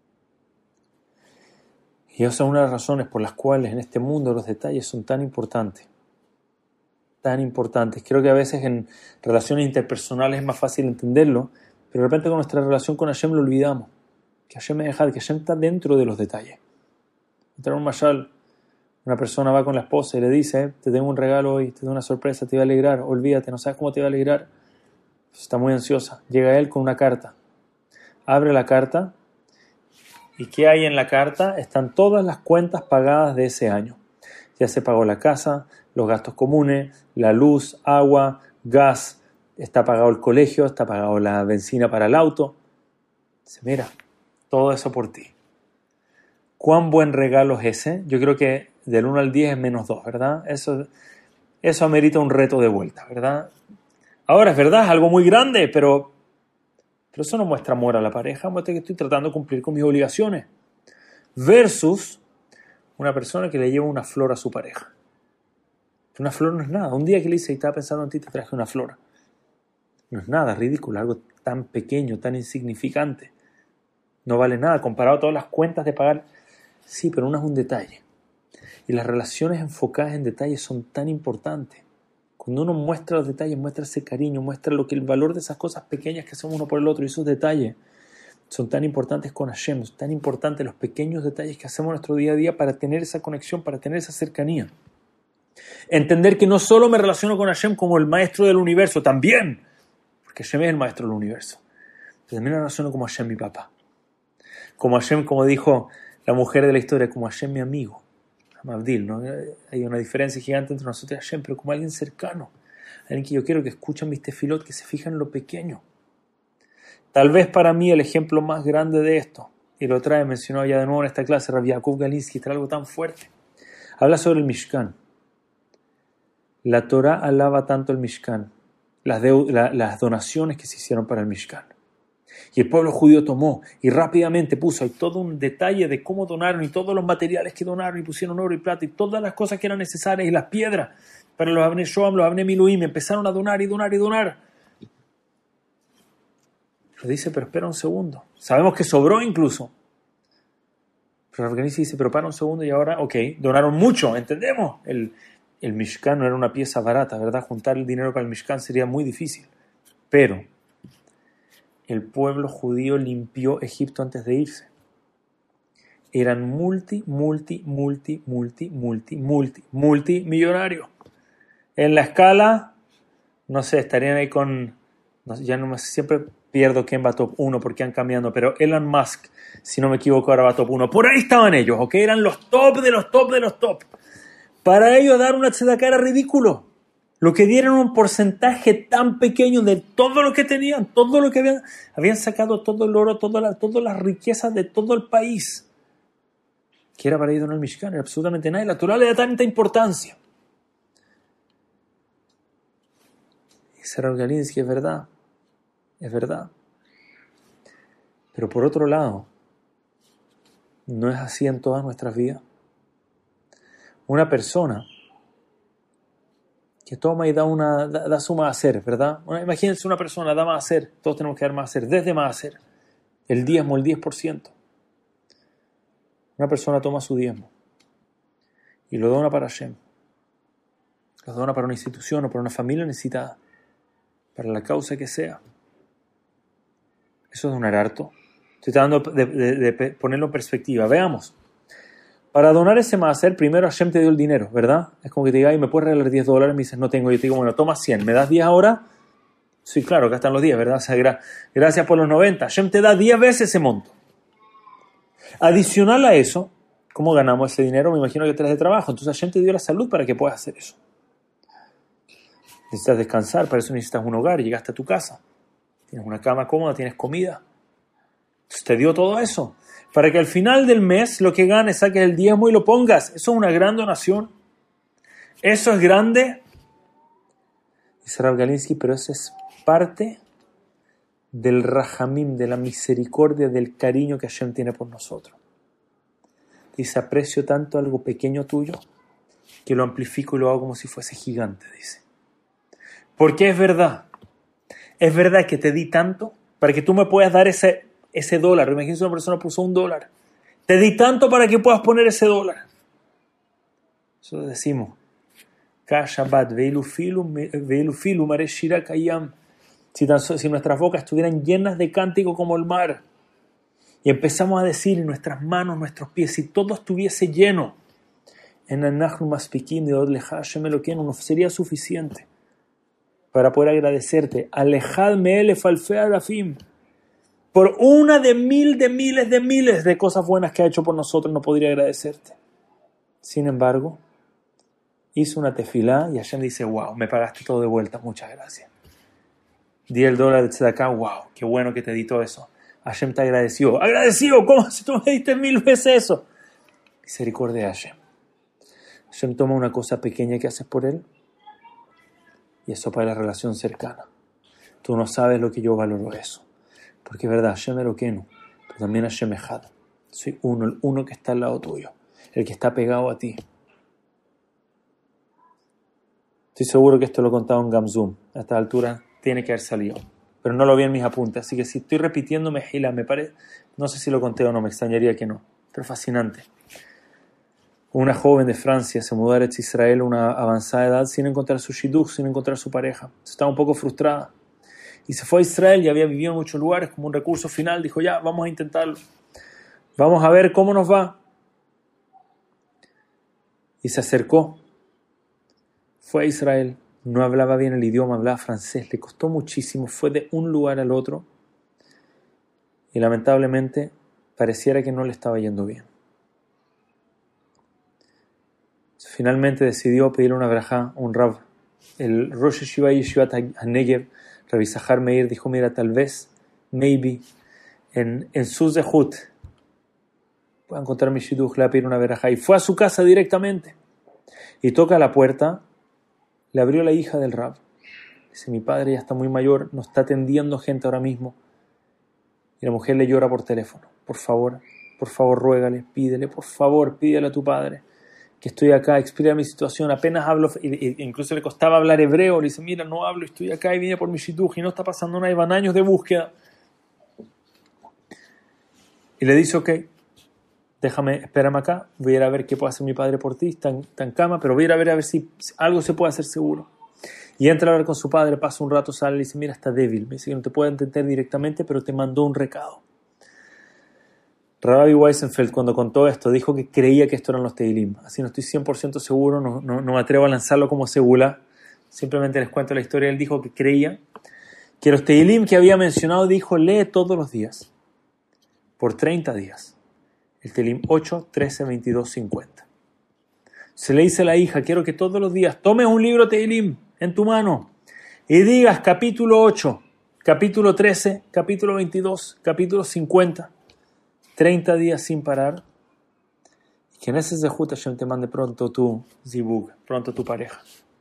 Y esa es una de las razones por las cuales en este mundo los detalles son tan importantes. Tan importantes. Creo que a veces en relaciones interpersonales es más fácil entenderlo, pero de repente con nuestra relación con Hashem lo olvidamos. Que Hashem es Echad, que Hashem está dentro de los detalles. Entra un mashal, una persona va con la esposa y le dice, te tengo un regalo hoy, te tengo una sorpresa, te va a alegrar, olvídate, no sabes cómo te va a alegrar. Está muy ansiosa. Llega él con una carta. Abre la carta. ¿Y qué hay en la carta? Están todas las cuentas pagadas de ese año. Ya se pagó la casa, los gastos comunes, la luz, agua, gas, está pagado el colegio, está pagado la benzina para el auto. Dice, mira, todo eso por ti. ¿Cuán buen regalo es ese? Yo creo que del 1 al 10 es menos 2, ¿verdad? Eso amerita un reto de vuelta, ¿verdad? Ahora, es verdad, es algo muy grande, pero eso no muestra amor a la pareja, muestra que estoy tratando de cumplir con mis obligaciones. Versus una persona que le lleva una flor a su pareja. Una flor no es nada. Un día que le dice, estaba pensando en ti, te traje una flor. No es nada, es ridículo, algo tan pequeño, tan insignificante. No vale nada comparado a todas las cuentas de pagar. Sí, pero uno es un detalle. Y las relaciones enfocadas en detalles son tan importantes. Cuando uno muestra los detalles, muestra ese cariño, muestra el valor de esas cosas pequeñas que hacemos uno por el otro. Y esos detalles son tan importantes con Hashem, son tan importantes los pequeños detalles que hacemos en nuestro día a día para tener esa conexión, para tener esa cercanía. Entender que no solo me relaciono con Hashem como el maestro del universo, también, porque Hashem es el maestro del universo, pero también me relaciono como Hashem mi papá. Como Hashem, como dijo la mujer de la historia, como Hashem mi amigo, Mabdil, ¿no? Hay una diferencia gigante entre nosotros y Hashem, pero como alguien cercano, alguien que yo quiero que escuchen mis tefilot, que se fijan en lo pequeño. Tal vez para mí el ejemplo más grande de esto, y lo trae mencionado ya de nuevo en esta clase, Rabbi Yaakov Galinsky, trae algo tan fuerte. Habla sobre el Mishkan. La Torah alaba tanto el Mishkan, las donaciones que se hicieron para el Mishkan. Y el pueblo judío tomó y rápidamente puso, hay todo un detalle de cómo donaron y todos los materiales que donaron y pusieron oro y plata y todas las cosas que eran necesarias y las piedras para los Avnei Shoam, los Avnei Miluim, empezaron a donar y donar y donar. Pero dice, pero espera un segundo. Sabemos que sobró incluso. Pero Afganistán dice, pero para un segundo y ahora, ok, donaron mucho, entendemos. El Mishkan no era una pieza barata, ¿verdad? Juntar el dinero para el Mishkan sería muy difícil. Pero el pueblo judío limpió Egipto antes de irse. Eran multimillonarios. En la escala, no sé, estarían ahí con, no sé, ya no me, siempre pierdo quién va top 1 porque han cambiado, pero Elon Musk, si no me equivoco, ahora va top 1. Por ahí estaban ellos, ¿ok? Eran los top de los top de los top. Para ellos dar una tzedakah era ridículo. Lo que dieron un porcentaje tan pequeño de todo lo que tenían, todo lo que habían sacado todo el oro, todas las riquezas de todo el país. Que era para ir donar el Mishkan, era absolutamente nada. Y la Torah le da tanta importancia. Y Sarah Galinsky es verdad. Es verdad. Pero por otro lado, no es así en todas nuestras vidas. Una persona que toma y da su maaser, ¿verdad? Imagínense una persona, da maaser, todos tenemos que dar maaser, desde maaser, el diezmo, el 10%. Una persona toma su diezmo y lo dona para Hashem, lo dona para una institución o para una familia necesitada, para la causa que sea. Eso es donar harto. Estoy tratando de ponerlo en perspectiva. Veamos. Para donar ese maaser, primero Hashem te dio el dinero, ¿verdad? Es como que te diga, ay, ¿me puedes regalar $10? Me dices, no tengo. Yo te digo, bueno, toma 100. ¿Me das 10 ahora? Sí, claro, acá están los 10, ¿verdad? O sea, gracias por los 90. Hashem te da 10 veces ese monto. Adicional a eso, ¿cómo ganamos ese dinero? Me imagino que te das de trabajo. Entonces Hashem te dio la salud para que puedas hacer eso. Necesitas descansar, para eso necesitas un hogar. Llegaste a tu casa. Tienes una cama cómoda, tienes comida. Entonces te dio todo eso. Para que al final del mes lo que ganes saques el diezmo y lo pongas. Eso es una gran donación. Eso es grande. Dice Rav Galinsky, pero eso es parte del rahamim, de la misericordia, del cariño que Hashem tiene por nosotros. Dice, aprecio tanto algo pequeño tuyo que lo amplifico y lo hago como si fuese gigante, dice. Porque es verdad que te di tanto para que tú me puedas dar ese $1. Imagínense una persona puso $1. Te di tanto para que puedas poner ese $. Eso decimos. Kashabat veilu filu mare shira kayam. Si nuestras bocas estuvieran llenas de cántico como el mar, y empezamos a decir en nuestras manos, nuestros pies, si todo estuviese lleno, en anachnu maspikim de od lecha Hashem Elokeinu, no sería suficiente para poder agradecerte. Alejadme elef alfei alafim. Por una de miles de cosas buenas que ha hecho por nosotros, no podría agradecerte. Sin embargo, hizo una tefilá y Hashem dice, wow, me pagaste todo de vuelta, muchas gracias. Di el $1 de tzedakah, wow, qué bueno que te di todo eso. Hashem te agradeció. ¿Agradecido? ¿Cómo si tú me diste 1000 veces eso? Misericordia de Hashem. Hashem toma una cosa pequeña que haces por él y eso para la relación cercana. Tú no sabes lo que yo valoro eso. Porque es verdad, Hashem Elokeinu, pero también Hashem Echad. Soy uno, el uno que está al lado tuyo, el que está pegado a ti. Estoy seguro que esto lo he contado en Gamzum. A esta altura tiene que haber salido. Pero no lo vi en mis apuntes. Así que si estoy repitiendo Mejila, me parece, no sé si lo conté o no, me extrañaría que no. Pero fascinante. Una joven de Francia se mudó a Eretz Israel a una avanzada edad sin encontrar su shidduch, sin encontrar su pareja. Estaba un poco frustrada. Y se fue a Israel y había vivido en muchos lugares como un recurso final. Dijo, ya, vamos a intentarlo. Vamos a ver cómo nos va. Y se acercó. Fue a Israel. No hablaba bien el idioma, hablaba francés. Le costó muchísimo. Fue de un lugar al otro. Y lamentablemente pareciera que no le estaba yendo bien. Finalmente decidió pedirle una verajá a un Rav. El Rosh Yeshiva Yeshivat HaNegev, Rabbi Zahar Meir, dijo, mira, tal vez, maybe, en su zehut, voy a encontrar mi shidduch, le voy a pedir una verajá. Y fue a su casa directamente. Y toca la puerta, le abrió la hija del Rav. Dice, mi padre ya está muy mayor, no está atendiendo gente ahora mismo. Y la mujer le llora por teléfono. Por favor, ruégale, pídele, por favor, pídele a tu padre que estoy acá, explica mi situación, apenas hablo, incluso le costaba hablar hebreo, le dice, mira, no hablo, estoy acá y vine por mi shidduch y no está pasando nada, y van años de búsqueda. Y le dice, ok, déjame, espérame acá, voy a ir a ver qué puede hacer mi padre por ti, está en cama, pero voy a ir a ver si algo se puede hacer seguro. Y entra a hablar con su padre, pasa un rato, sale y le dice, mira, está débil, me dice que no te puede entender directamente, pero te mandó un recado. Rabbi Weisenfeld, cuando contó esto, dijo que creía que esto eran los Teilim. Así no estoy 100% seguro, no me atrevo a lanzarlo como segula. Simplemente les cuento la historia. Él dijo que creía que los Teilim que había mencionado, dijo, lee todos los días, por 30 días. El Teilim 8, 13, 22, 50. Se le dice a la hija, quiero que todos los días tomes un libro Teilim en tu mano y digas capítulo 8, capítulo 13, capítulo 22, capítulo 50. 30 días sin parar, y que en ese zehut Hashem te mande pronto tu zibug, pronto tu pareja.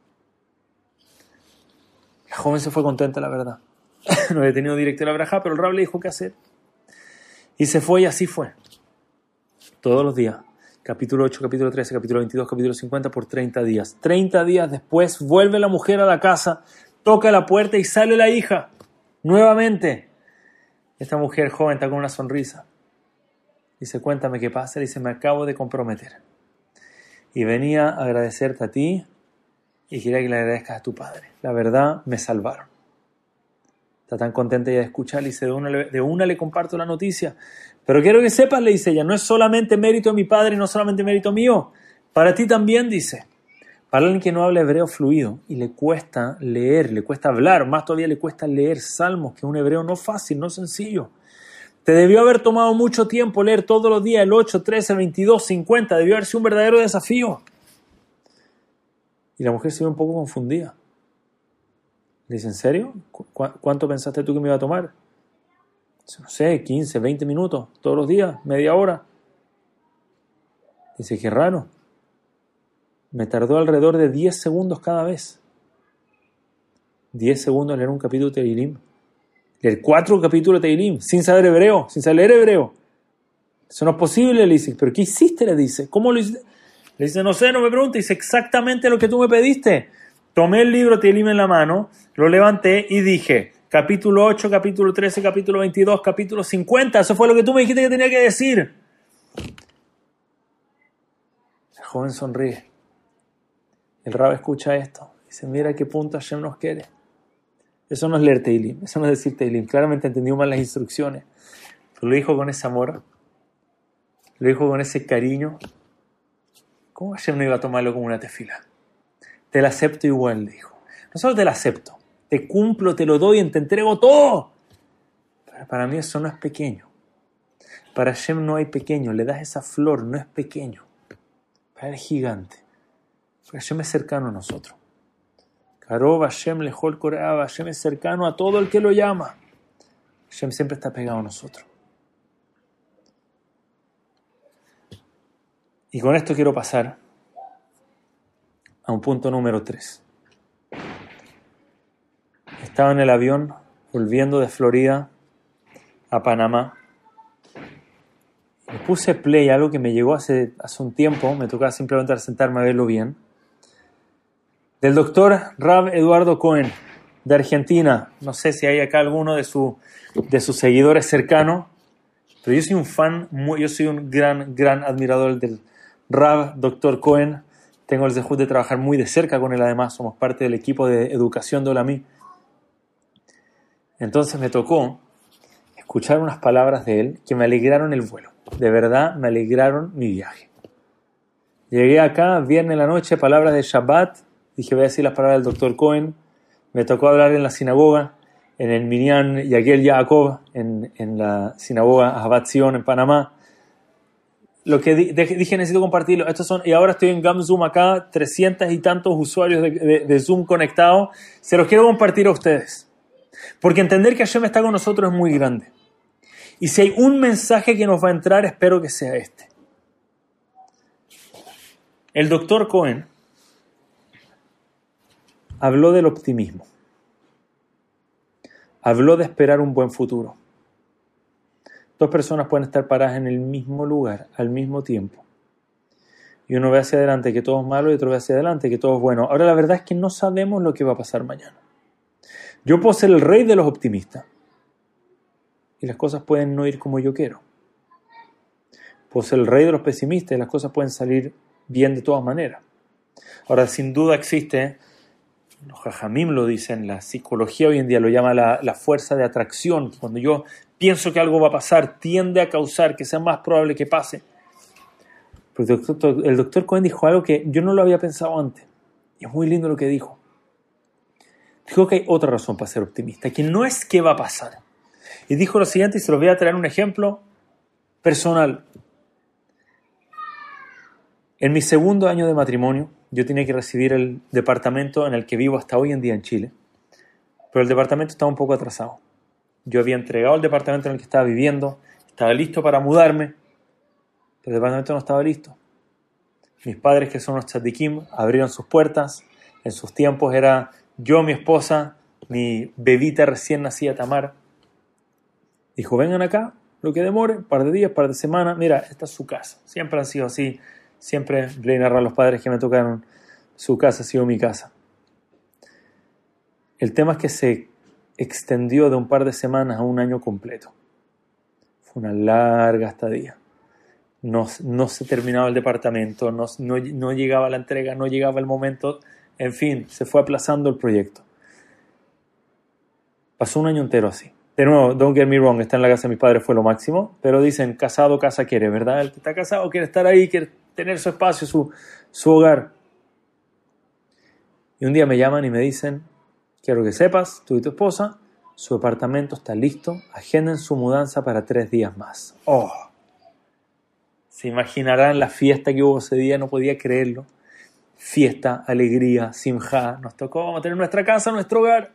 La joven se fue contenta, la verdad. No había tenido directo la verajá, pero el Rab le dijo qué hacer. Y se fue, y así fue. Todos los días. Capítulo 8, capítulo 13, capítulo 22, capítulo 50 por 30 días. 30 días después vuelve la mujer a la casa, toca la puerta y sale la hija. Nuevamente. Esta mujer joven está con una sonrisa. Dice, cuéntame qué pasa. Dice, me acabo de comprometer. Y venía a agradecerte a ti y quería que le agradezcas a tu padre. La verdad, me salvaron. Está tan contenta ella de escuchar. Dice, de una le comparto la noticia. Pero quiero que sepas, le dice ella, no es solamente mérito de mi padre, no solamente mérito mío. Para ti también, dice. Para alguien que no habla hebreo fluido y le cuesta leer, le cuesta hablar, más todavía le cuesta leer salmos, que es un hebreo no fácil, no sencillo. Te debió haber tomado mucho tiempo leer todos los días el 8, 13, 22, 50. Debió haber sido un verdadero desafío. Y la mujer se ve un poco confundida. Le dice, ¿en serio? ¿Cuánto pensaste tú que me iba a tomar? Dice, no sé, 15, 20 minutos, todos los días, media hora. Dice, qué raro. Me tardó alrededor de 10 segundos cada vez. 10 segundos leer un capítulo de Teilim. Leer 4 capítulos de Teilim, sin saber hebreo, sin saber hebreo. Eso no es posible, le dice. ¿Pero qué hiciste? Le dice. ¿Cómo lo hiciste? Le dice, no sé, no me preguntes. Dice, exactamente lo que tú me pediste. Tomé el libro Teilim en la mano, lo levanté y dije, capítulo 8, capítulo 13, capítulo 22, capítulo 50. Eso fue lo que tú me dijiste que tenía que decir. El joven sonríe. El Rab escucha esto. Dice, mira a qué punto Hashem nos quiere. Eso no es leer Teilim, eso no es decir Teilim. Claramente entendió mal las instrucciones. Pero lo dijo con ese amor, lo dijo con ese cariño. ¿Cómo Hashem no iba a tomarlo como una tefila? Te la acepto igual, le dijo. No solo te la acepto, te cumplo, te lo doy, te entrego todo. Pero para mí eso no es pequeño. Para Hashem no hay pequeño. Le das esa flor, no es pequeño. Para él es gigante. Porque Hashem es cercano a nosotros. Karov Hashem lejol koreab. Hashem es cercano a todo el que lo llama. Hashem siempre está pegado a nosotros. Y con esto quiero pasar a un punto número 3. Estaba en el avión volviendo de Florida a Panamá. Me puse play, algo que me llegó hace un tiempo. Me tocaba simplemente sentarme a verlo bien. Del doctor Rav Eduardo Cohen, de Argentina. No sé si hay acá alguno de sus seguidores cercanos, pero yo soy un fan, yo soy un gran admirador del Rav Dr. Cohen. Tengo el zehut de trabajar muy de cerca con él, además. Somos parte del equipo de educación de Olamí. Entonces me tocó escuchar unas palabras de él que me alegraron el vuelo. De verdad, me alegraron mi viaje. Llegué acá, viernes en la noche, palabras de Shabbat. Dije, voy a decir las palabras del Dr. Cohen. Me tocó hablar en la sinagoga, en el Minyan Yagel Yaakov, en la sinagoga Ahavat Zion en Panamá. lo que dije necesito compartirlo. Estos son, y ahora estoy en Zoom acá, 300 y tantos usuarios de Zoom conectados. Se los quiero compartir a ustedes. Porque entender que Hashem está con nosotros es muy grande. Y si hay un mensaje que nos va a entrar, espero que sea este. El doctor Cohen habló del optimismo. Habló de esperar un buen futuro. Dos personas pueden estar paradas en el mismo lugar al mismo tiempo. Y uno ve hacia adelante que todo es malo y otro ve hacia adelante que todo es bueno. Ahora la verdad es que no sabemos lo que va a pasar mañana. Yo puedo ser el rey de los optimistas. Y las cosas pueden no ir como yo quiero. Puedo ser el rey de los pesimistas y las cosas pueden salir bien de todas maneras. Ahora, sin duda existe, los jajamim lo dicen, la psicología hoy en día lo llama la fuerza de atracción. Cuando yo pienso que algo va a pasar, tiende a causar que sea más probable que pase. Pero el doctor Cohen dijo algo que yo no lo había pensado antes. Y es muy lindo lo que dijo. Dijo que hay otra razón para ser optimista, que no es qué va a pasar. Y dijo lo siguiente, y se los voy a traer un ejemplo personal. En mi segundo año de matrimonio, yo tenía que recibir el departamento en el que vivo hasta hoy en día en Chile. Pero el departamento estaba un poco atrasado. Yo había entregado el departamento en el que estaba viviendo, estaba listo para mudarme, pero el departamento no estaba listo. Mis padres, que son los tzadikim, abrieron sus puertas. En sus tiempos era yo, mi esposa, mi bebita recién nacida, Tamar. Dijo, vengan acá, lo que demore, un par de días, un par de semanas. Mira, esta es su casa. Siempre han sido así. Siempre le narran a los padres que me tocaron. Su casa ha sido mi casa. El tema es que se extendió de un par de semanas a un año completo. Fue una larga estadía. No se terminaba el departamento, no llegaba la entrega, no llegaba el momento. En fin, se fue aplazando el proyecto. Pasó un año entero así. De nuevo, don't get me wrong, estar en la casa de mis padres fue lo máximo, pero dicen, casado, casa quiere, ¿verdad? El que está casado quiere estar ahí, quiere tener su espacio, su hogar. Y un día me llaman y me dicen, quiero que sepas, tú y tu esposa, su departamento está listo, agenden su mudanza para 3 días más. ¡Oh! Se imaginarán la fiesta que hubo ese día, no podía creerlo. Fiesta, alegría, simjá, nos tocó, vamos a tener nuestra casa, nuestro hogar.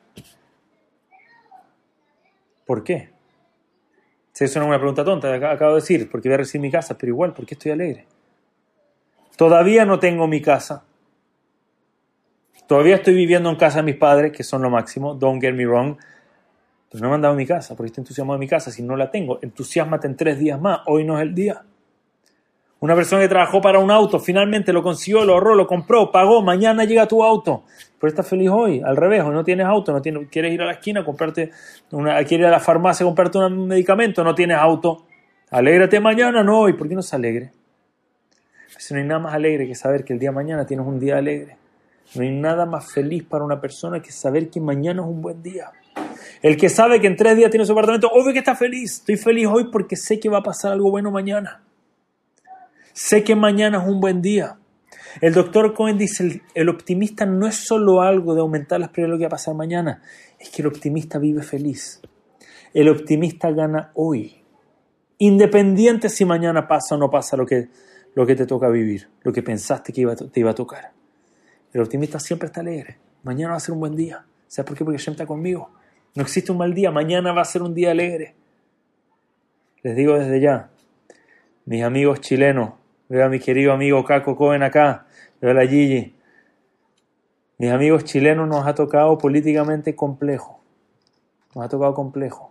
¿Por qué? Si eso no es una pregunta tonta, acabo de decir, porque voy a recibir mi casa, pero igual, ¿por qué estoy alegre? Todavía no tengo mi casa. Todavía estoy viviendo en casa de mis padres, que son lo máximo, don't get me wrong, pero no me han dado mi casa, porque estoy entusiasmado de mi casa, si no la tengo, entusiasmate en 3 días más, hoy no es el día. Una persona que trabajó para un auto, finalmente lo consiguió, lo ahorró, lo compró, pagó, mañana llega tu auto. Pero estás feliz hoy, al revés, hoy no tienes auto, quieres ir a la esquina, quieres ir a la farmacia a comprarte un medicamento, no tienes auto. Alégrate mañana, no hoy. ¿Por qué no se alegre? Pues no hay nada más alegre que saber que el día de mañana tienes un día alegre. No hay nada más feliz para una persona que saber que mañana es un buen día. El que sabe que en 3 días tiene su apartamento, obvio que está feliz. Estoy feliz hoy porque sé que va a pasar algo bueno mañana. Sé que mañana es un buen día. El doctor Cohen dice, el optimista no es solo algo de aumentar las probabilidades de lo que va a pasar mañana, es que el optimista vive feliz. El optimista gana hoy. Independiente si mañana pasa o no pasa lo que te toca vivir, lo que pensaste que te iba a tocar. El optimista siempre está alegre. Mañana va a ser un buen día. ¿Sabes por qué? Porque Hashem está conmigo. No existe un mal día. Mañana va a ser un día alegre. Les digo desde ya, mis amigos chilenos, veo a mi querido amigo Caco Cohen acá, veo a la Gigi. Mis amigos chilenos nos ha tocado políticamente complejo. Nos ha tocado complejo.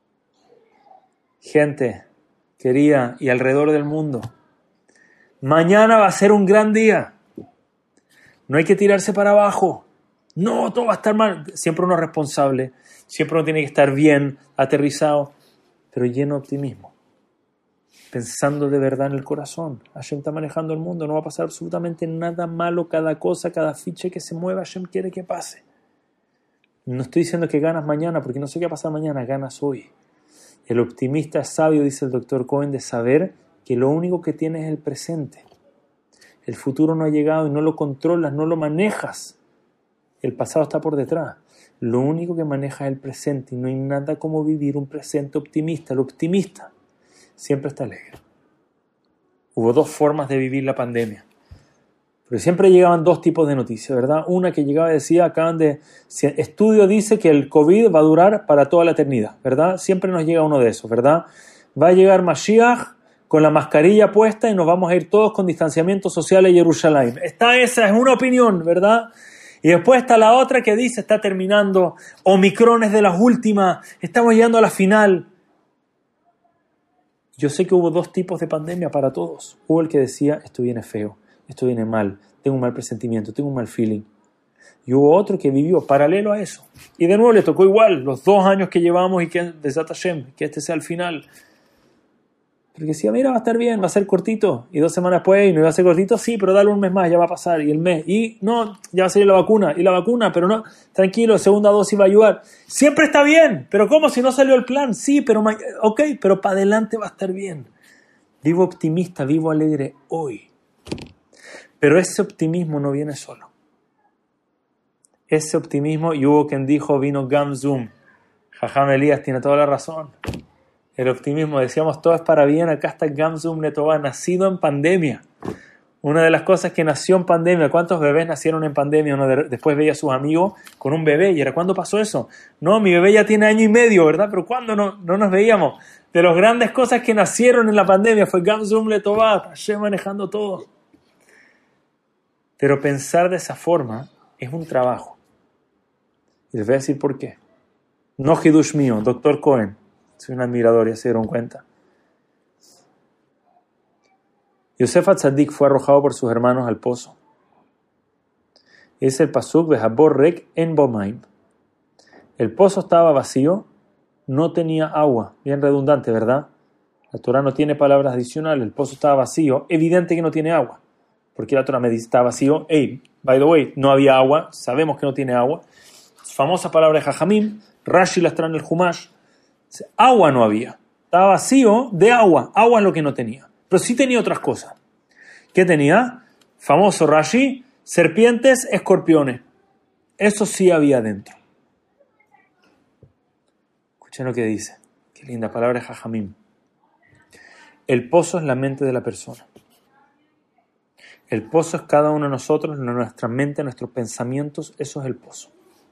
Gente querida y alrededor del mundo, mañana va a ser un gran día. No hay que tirarse para abajo. No, todo va a estar mal. Siempre uno es responsable. Siempre uno tiene que estar bien, aterrizado, pero lleno de optimismo. Pensando de verdad en el corazón. Hashem está manejando el mundo. No va a pasar absolutamente nada malo. Cada cosa, cada ficha que se mueva, Hashem quiere que pase. No estoy diciendo que ganas mañana, porque no sé qué va a pasar mañana. Ganas hoy. El optimista es sabio, dice el doctor Cohen, de saber que lo único que tienes es el presente. El futuro no ha llegado y no lo controlas, no lo manejas. El pasado está por detrás. Lo único que maneja es el presente y no hay nada como vivir un presente optimista. El optimista siempre está alegre. Hubo dos formas de vivir la pandemia. Pero siempre llegaban dos tipos de noticias, ¿verdad? Una que llegaba y decía, estudio dice que el COVID va a durar para toda la eternidad, ¿verdad? Siempre nos llega uno de esos, ¿verdad? Va a llegar Mashiach con la mascarilla puesta y nos vamos a ir todos con distanciamiento social a Jerusalén. Esa es una opinión, ¿verdad? Y después está la otra que dice, está terminando, Omicron es de las últimas, estamos llegando a la final. Yo sé que hubo dos tipos de pandemia para todos. Hubo el que decía, esto viene feo, esto viene mal, tengo un mal presentimiento, tengo un mal feeling. Y hubo otro que vivió paralelo a eso. Y de nuevo le tocó igual, los 2 años que llevamos y que Besat Hashem, que este sea el final. Porque decía, mira, va a estar bien, va a ser cortito. Y 2 semanas después, y no iba a ser cortito, sí, pero dale un mes más, ya va a pasar. Y el mes, y no, ya va a salir la vacuna. Y la vacuna, pero no, tranquilo, segunda dosis va a ayudar. Siempre está bien, pero ¿cómo si no salió el plan? Sí, pero ok, pero para adelante va a estar bien. Vivo optimista, vivo alegre hoy. Pero ese optimismo no viene solo. Ese optimismo, y hubo quien dijo, vino Gamzum. Jajam Elías tiene toda la razón. El optimismo, decíamos, todo es para bien. Acá está Gamzum Netová, nacido en pandemia. Una de las cosas que nació en pandemia. ¿Cuántos bebés nacieron en pandemia? Uno después veía a sus amigos con un bebé. ¿Y era cuándo pasó eso? No, mi bebé ya tiene 1 año y medio, ¿verdad? Pero ¿cuándo no nos veíamos? De las grandes cosas que nacieron en la pandemia fue Gamzum Netová, Hashem manejando todo. Pero pensar de esa forma es un trabajo. Y les voy a decir por qué. No hidush mío, Dr. Cohen. Soy un admirador, ya se dieron cuenta. Yosef Atzadik fue arrojado por sus hermanos al pozo. Es el pasuk Behabor Rek en Bomaim. El pozo estaba vacío, no tenía agua. Bien redundante, ¿verdad? La Torah no tiene palabras adicionales. El pozo estaba vacío, evidente que no tiene agua. Porque la Torah me dice, está vacío. Hey, by the way, no había agua, sabemos que no tiene agua. Famosa palabra de Jajamim, Rashi las trae en el Humash. Agua no había, estaba vacío de agua, agua es lo que no tenía, pero sí tenía otras cosas. ¿Qué tenía? Famoso Rashi, serpientes, escorpiones, eso sí había dentro. Escuchen lo que dice, qué linda palabra de Jajamim. El pozo es la mente de la persona. El pozo es cada uno de nosotros, nuestra mente, nuestros pensamientos, eso es el pozo.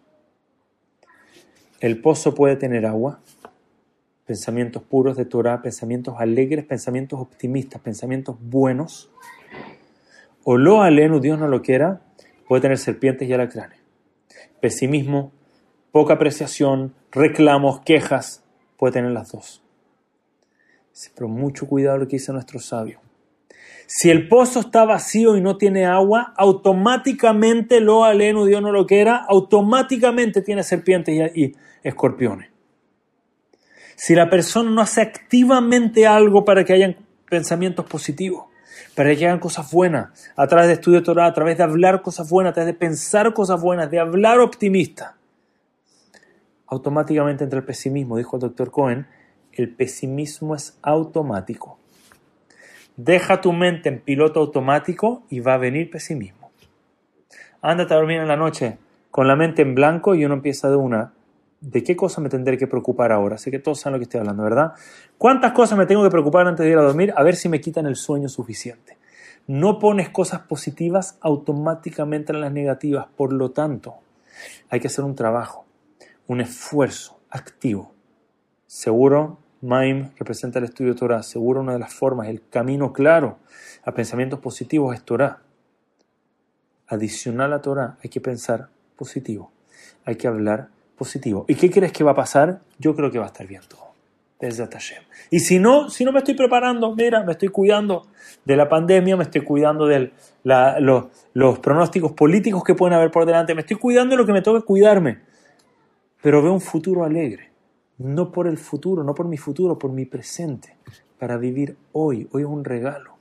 El pozo puede tener agua, pensamientos puros de Torah, pensamientos alegres, pensamientos optimistas, pensamientos buenos. O lo alenu, Dios no lo quiera, puede tener serpientes y alacranes. Pesimismo, poca apreciación, reclamos, quejas, puede tener las dos. Pero mucho cuidado lo que dice nuestro sabio. Si el pozo está vacío y no tiene agua, automáticamente lo alenu, Dios no lo quiera, automáticamente tiene serpientes y escorpiones. Si la persona no hace activamente algo para que hayan pensamientos positivos, para que hagan cosas buenas, a través de estudio de Torah, a través de hablar cosas buenas, a través de pensar cosas buenas, de hablar optimista, automáticamente entra el pesimismo, dijo el Dr. Cohen, el pesimismo es automático. Deja tu mente en piloto automático y va a venir pesimismo. Ándate a dormir en la noche con la mente en blanco y uno empieza ¿de qué cosa me tendré que preocupar ahora? Sé que todos saben lo que estoy hablando, ¿verdad? ¿Cuántas cosas me tengo que preocupar antes de ir a dormir? A ver si me quitan el sueño suficiente. No pones cosas positivas, automáticamente en las negativas. Por lo tanto, hay que hacer un trabajo, un esfuerzo activo. Seguro, Maim representa el estudio de Torah. Seguro una de las formas, el camino claro a pensamientos positivos es Torah. Adicional a Torah, hay que pensar positivo. Hay que hablar positivo. ¿Y qué crees que va a pasar? Yo creo que va a estar bien todo. Besat Hashem. Y si no me estoy preparando, mira, me estoy cuidando de la pandemia, me estoy cuidando de los pronósticos políticos que pueden haber por delante, me estoy cuidando de lo que me toca cuidarme. Pero veo un futuro alegre. No por el futuro, no por mi futuro, por mi presente. Para vivir hoy. Hoy es un regalo.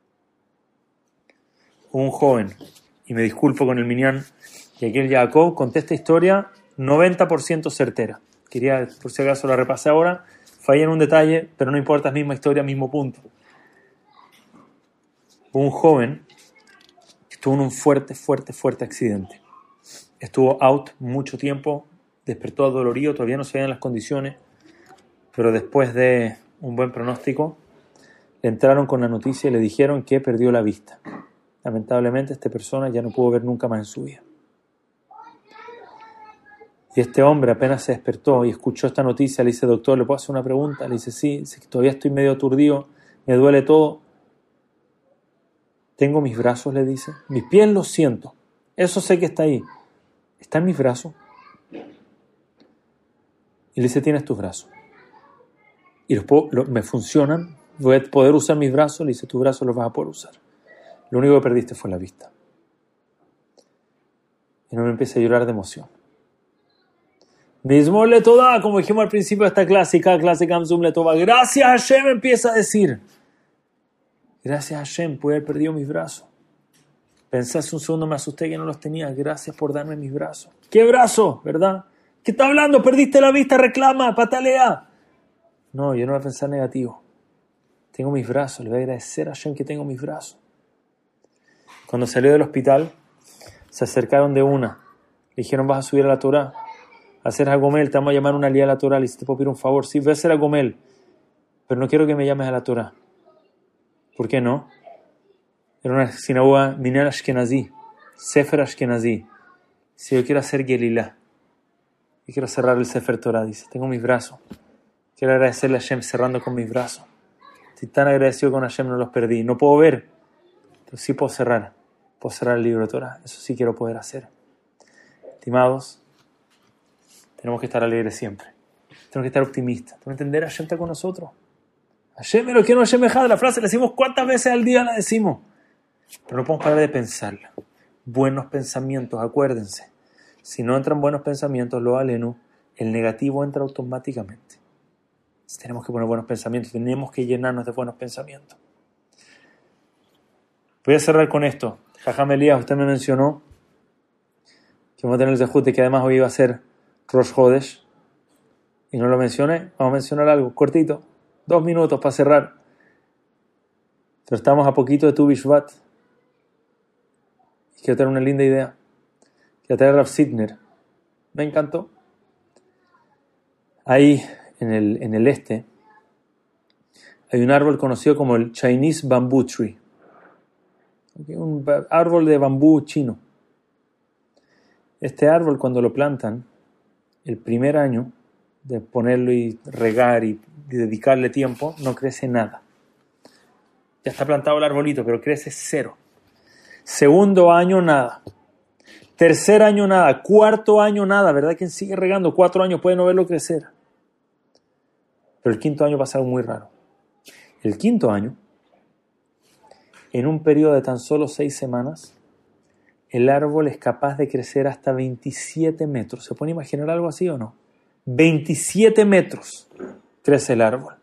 Un joven, y me disculpo con el minyan, y aquí el Jacob conté esta historia 90% certera. Quería, por si acaso la repasé ahora, fallé en un detalle, pero no importa, es misma historia, mismo punto. Un joven que estuvo en un fuerte accidente. Estuvo out mucho tiempo, despertó adolorido, todavía no se veían las condiciones, pero después de un buen pronóstico, le entraron con la noticia y le dijeron que perdió la vista. Lamentablemente, esta persona ya no pudo ver nunca más en su vida. Y este hombre apenas se despertó y escuchó esta noticia, le dice: doctor, ¿le puedo hacer una pregunta? Le dice: sí, dice que todavía estoy medio aturdido, me duele todo. Tengo mis brazos, le dice. Mis pies los siento. Eso sé que está ahí. ¿Está en mis brazos? Y le dice: tienes tus brazos. Y me funcionan. Voy a poder usar mis brazos. Le dice: tus brazos los vas a poder usar. Lo único que perdiste fue la vista. Y no me empieza a llorar de emoción. Mismo le toda, como dijimos al principio de esta clase, cada clase Gamsum le toda. Gracias a Hashem, empieza a decir. Gracias a Hashem, pude haber perdido mis brazos. Pensé hace un segundo, me asusté que no los tenía. Gracias por darme mis brazos. ¿Qué brazo? ¿Verdad? ¿Qué está hablando? Perdiste la vista, reclama, patalea. No, yo no voy a pensar negativo. Tengo mis brazos, le voy a agradecer a Hashem que tengo mis brazos. Cuando salió del hospital, se acercaron de una. Le dijeron: vas a subir a la Torah, a hacer Hagomel, te vamos a llamar una alía a la Torah. Le dice: te puedo pedir un favor. Sí, voy a hacer Hagomel, pero no quiero que me llames a la Torah. ¿Por qué no? Era una sinagoga Minel Ashkenazi, Sefer Ashkenazi. Si yo quiero hacer Gelilá, y quiero cerrar el Sefer Torah, dice: tengo mis brazos. Quiero agradecerle a Hashem cerrando con mis brazos. Estoy tan agradecido con Hashem, no los perdí. No puedo ver, pero sí puedo cerrar. Puedo cerrar el libro de Torah. Eso sí quiero poder hacer. Estimados, tenemos que estar alegres siempre. Tenemos que estar optimistas. Tenemos que entender a Hashem está con nosotros. Hashem es lo que no Hashem ejad. La frase la decimos cuántas veces al día la decimos. Pero no podemos parar de pensarla. Buenos pensamientos, acuérdense. Si no entran buenos pensamientos, lo alenu, el negativo entra automáticamente. Tenemos que poner buenos pensamientos, tenemos que llenarnos de buenos pensamientos. Voy a cerrar con esto. Jajam Elías, usted me mencionó que vamos a tener el zehut de que además hoy iba a ser Rosh Hodesh. Y no lo mencioné. Vamos a mencionar algo cortito. 2 minutos para cerrar. Pero estamos a poquito de Tu Bishvat. Y quiero tener una linda idea. Quiero traer a Rav Sidner. Me encantó. Ahí en el este hay un árbol conocido como el Chinese Bamboo Tree. Un árbol de bambú chino. Este árbol, cuando lo plantan, el primer año de ponerlo y regar y dedicarle tiempo, no crece nada. Ya está plantado el arbolito, pero crece 0. Segundo año, nada. Tercer año, nada. Cuarto año, nada. ¿Verdad? Quien sigue regando 4 años puede no verlo crecer. Pero el quinto año pasa algo muy raro. El quinto año, en un periodo de tan solo 6 semanas, el árbol es capaz de crecer hasta 27 metros. ¿Se puede imaginar algo así o no? 27 metros crece el árbol.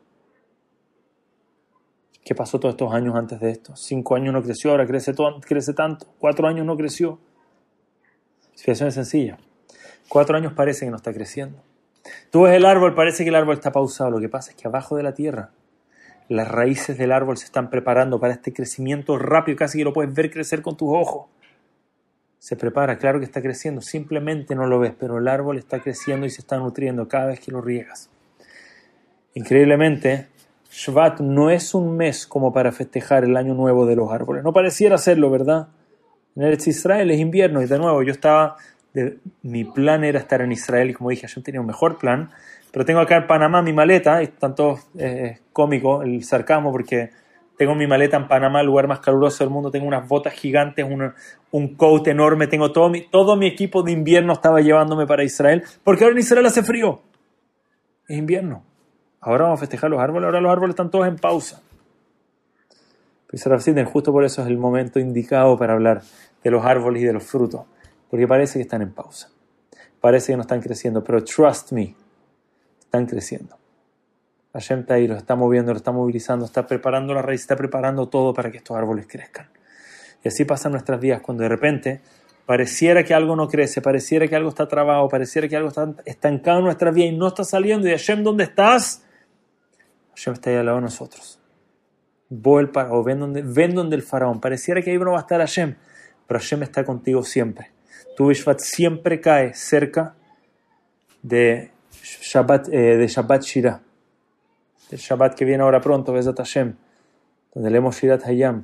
¿Qué pasó todos estos años antes de esto? 5 años no creció, ahora crece tanto. 4 años no creció. La explicación es sencilla. 4 años parece que no está creciendo. Tú ves el árbol, parece que el árbol está pausado. Lo que pasa es que abajo de la tierra, las raíces del árbol se están preparando para este crecimiento rápido, casi que lo puedes ver crecer con tus ojos. Se prepara, claro que está creciendo, simplemente no lo ves, pero el árbol está creciendo y se está nutriendo cada vez que lo riegas. Increíblemente, Shvat no es un mes como para festejar el año nuevo de los árboles. No pareciera serlo, ¿verdad? En Eretz Israel es invierno y de nuevo mi plan era estar en Israel y como dije, yo tenía un mejor plan, pero tengo acá en Panamá mi maleta, y tanto cómico el sarcasmo porque tengo mi maleta en Panamá, el lugar más caluroso del mundo, tengo unas botas gigantes, un coat enorme, tengo todo mi equipo de invierno estaba llevándome para Israel, porque ahora en Israel hace frío, es invierno. Ahora vamos a festejar los árboles, ahora los árboles están todos en pausa. Pero Rav Sidner, justo por eso es el momento indicado para hablar de los árboles y de los frutos, porque parece que están en pausa, parece que no están creciendo, pero trust me, están creciendo. Hashem está ahí, los está moviendo, los está movilizando, está preparando la raíz, está preparando todo para que estos árboles crezcan. Y así pasan nuestras vidas, cuando de repente pareciera que algo no crece, pareciera que algo está trabado, pareciera que algo está estancado en nuestras vidas y no está saliendo. Y Hashem, ¿dónde estás? Hashem está ahí al lado de nosotros. Ven donde el faraón. Pareciera que ahí no va a estar Hashem, pero Hashem está contigo siempre. Tu Bishvat siempre cae cerca de Shabbat Shirah, el Shabbat que viene ahora pronto, Bezat Hashem. donde leemos Shirat Hayam.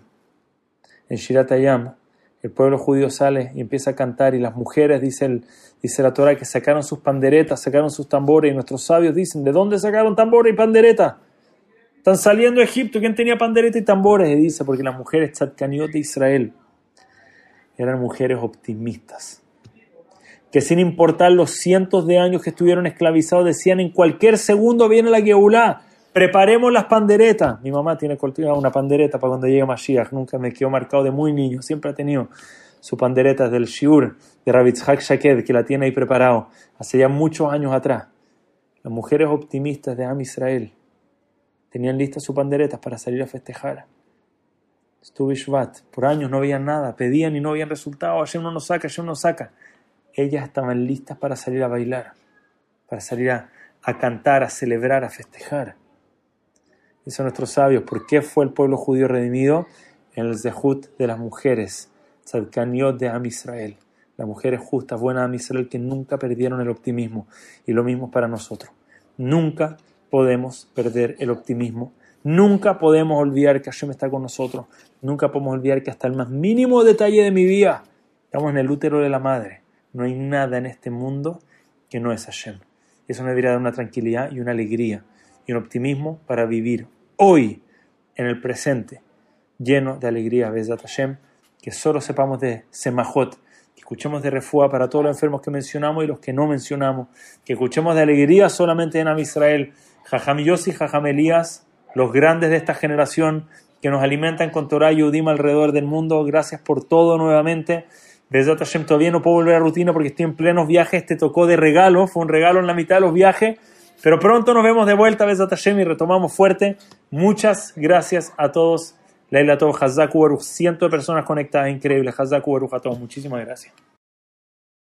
En Shirat Hayam, el pueblo judío sale y empieza a cantar, y las mujeres, dice la Torah, que sacaron sus panderetas, sacaron sus tambores, y nuestros sabios dicen, ¿de dónde sacaron tambores y panderetas? Están saliendo de Egipto, ¿quién tenía pandereta y tambores? Y dice, porque las mujeres tzadkaniot de Israel eran mujeres optimistas, que sin importar los cientos de años que estuvieron esclavizados, decían, en cualquier segundo viene la Geulá, preparemos las panderetas. Mi mamá tiene cultivada una pandereta para cuando llegue Mashiach, nunca me quedó marcado de muy niño, siempre ha tenido su pandereta del Shiur de Rabbi Yitzhak Shaked, que la tiene ahí preparado, hace ya muchos años atrás. Las mujeres optimistas de Am Israel tenían listas sus panderetas para salir a festejar. Estuvo Shvat, por años no veían nada, pedían y no habían resultado, Hashem no nos saca, Hashem nos saca. Ellas estaban listas para salir a bailar, para salir a cantar, a celebrar, a festejar. Dicen nuestros sabios, ¿por qué fue el pueblo judío redimido? En el Zehut de las mujeres, Tzadkaniot de Am Israel. Las mujeres justas, buenas de Am Israel, que nunca perdieron el optimismo. Y lo mismo para nosotros. Nunca podemos perder el optimismo. Nunca podemos olvidar que Hashem está con nosotros. Nunca podemos olvidar que hasta el más mínimo detalle de mi vida estamos en el útero de la madre. No hay nada en este mundo que no es Hashem. Eso nos debería dar una tranquilidad y una alegría y un optimismo para vivir hoy, en el presente, lleno de alegría, Bezat Hashem, que solo sepamos de Semajot, que escuchemos de refuá para todos los enfermos que mencionamos y los que no mencionamos, que escuchemos de alegría solamente en Am Israel, Jajam Yossi, Jajam Elías, los grandes de esta generación que nos alimentan con Torah y Udim alrededor del mundo. Gracias por todo nuevamente. Bezat Hashem, todavía no puedo volver a rutina porque estoy en plenos viajes, te tocó de regalo, fue un regalo en la mitad de los viajes, pero pronto nos vemos de vuelta, Bezat Hashem, y retomamos fuerte. Muchas gracias a todos. Leila Tov, Hazak Ubaruch, cientos de personas conectadas, increíble. Hazak Ubaruch a todos, muchísimas gracias.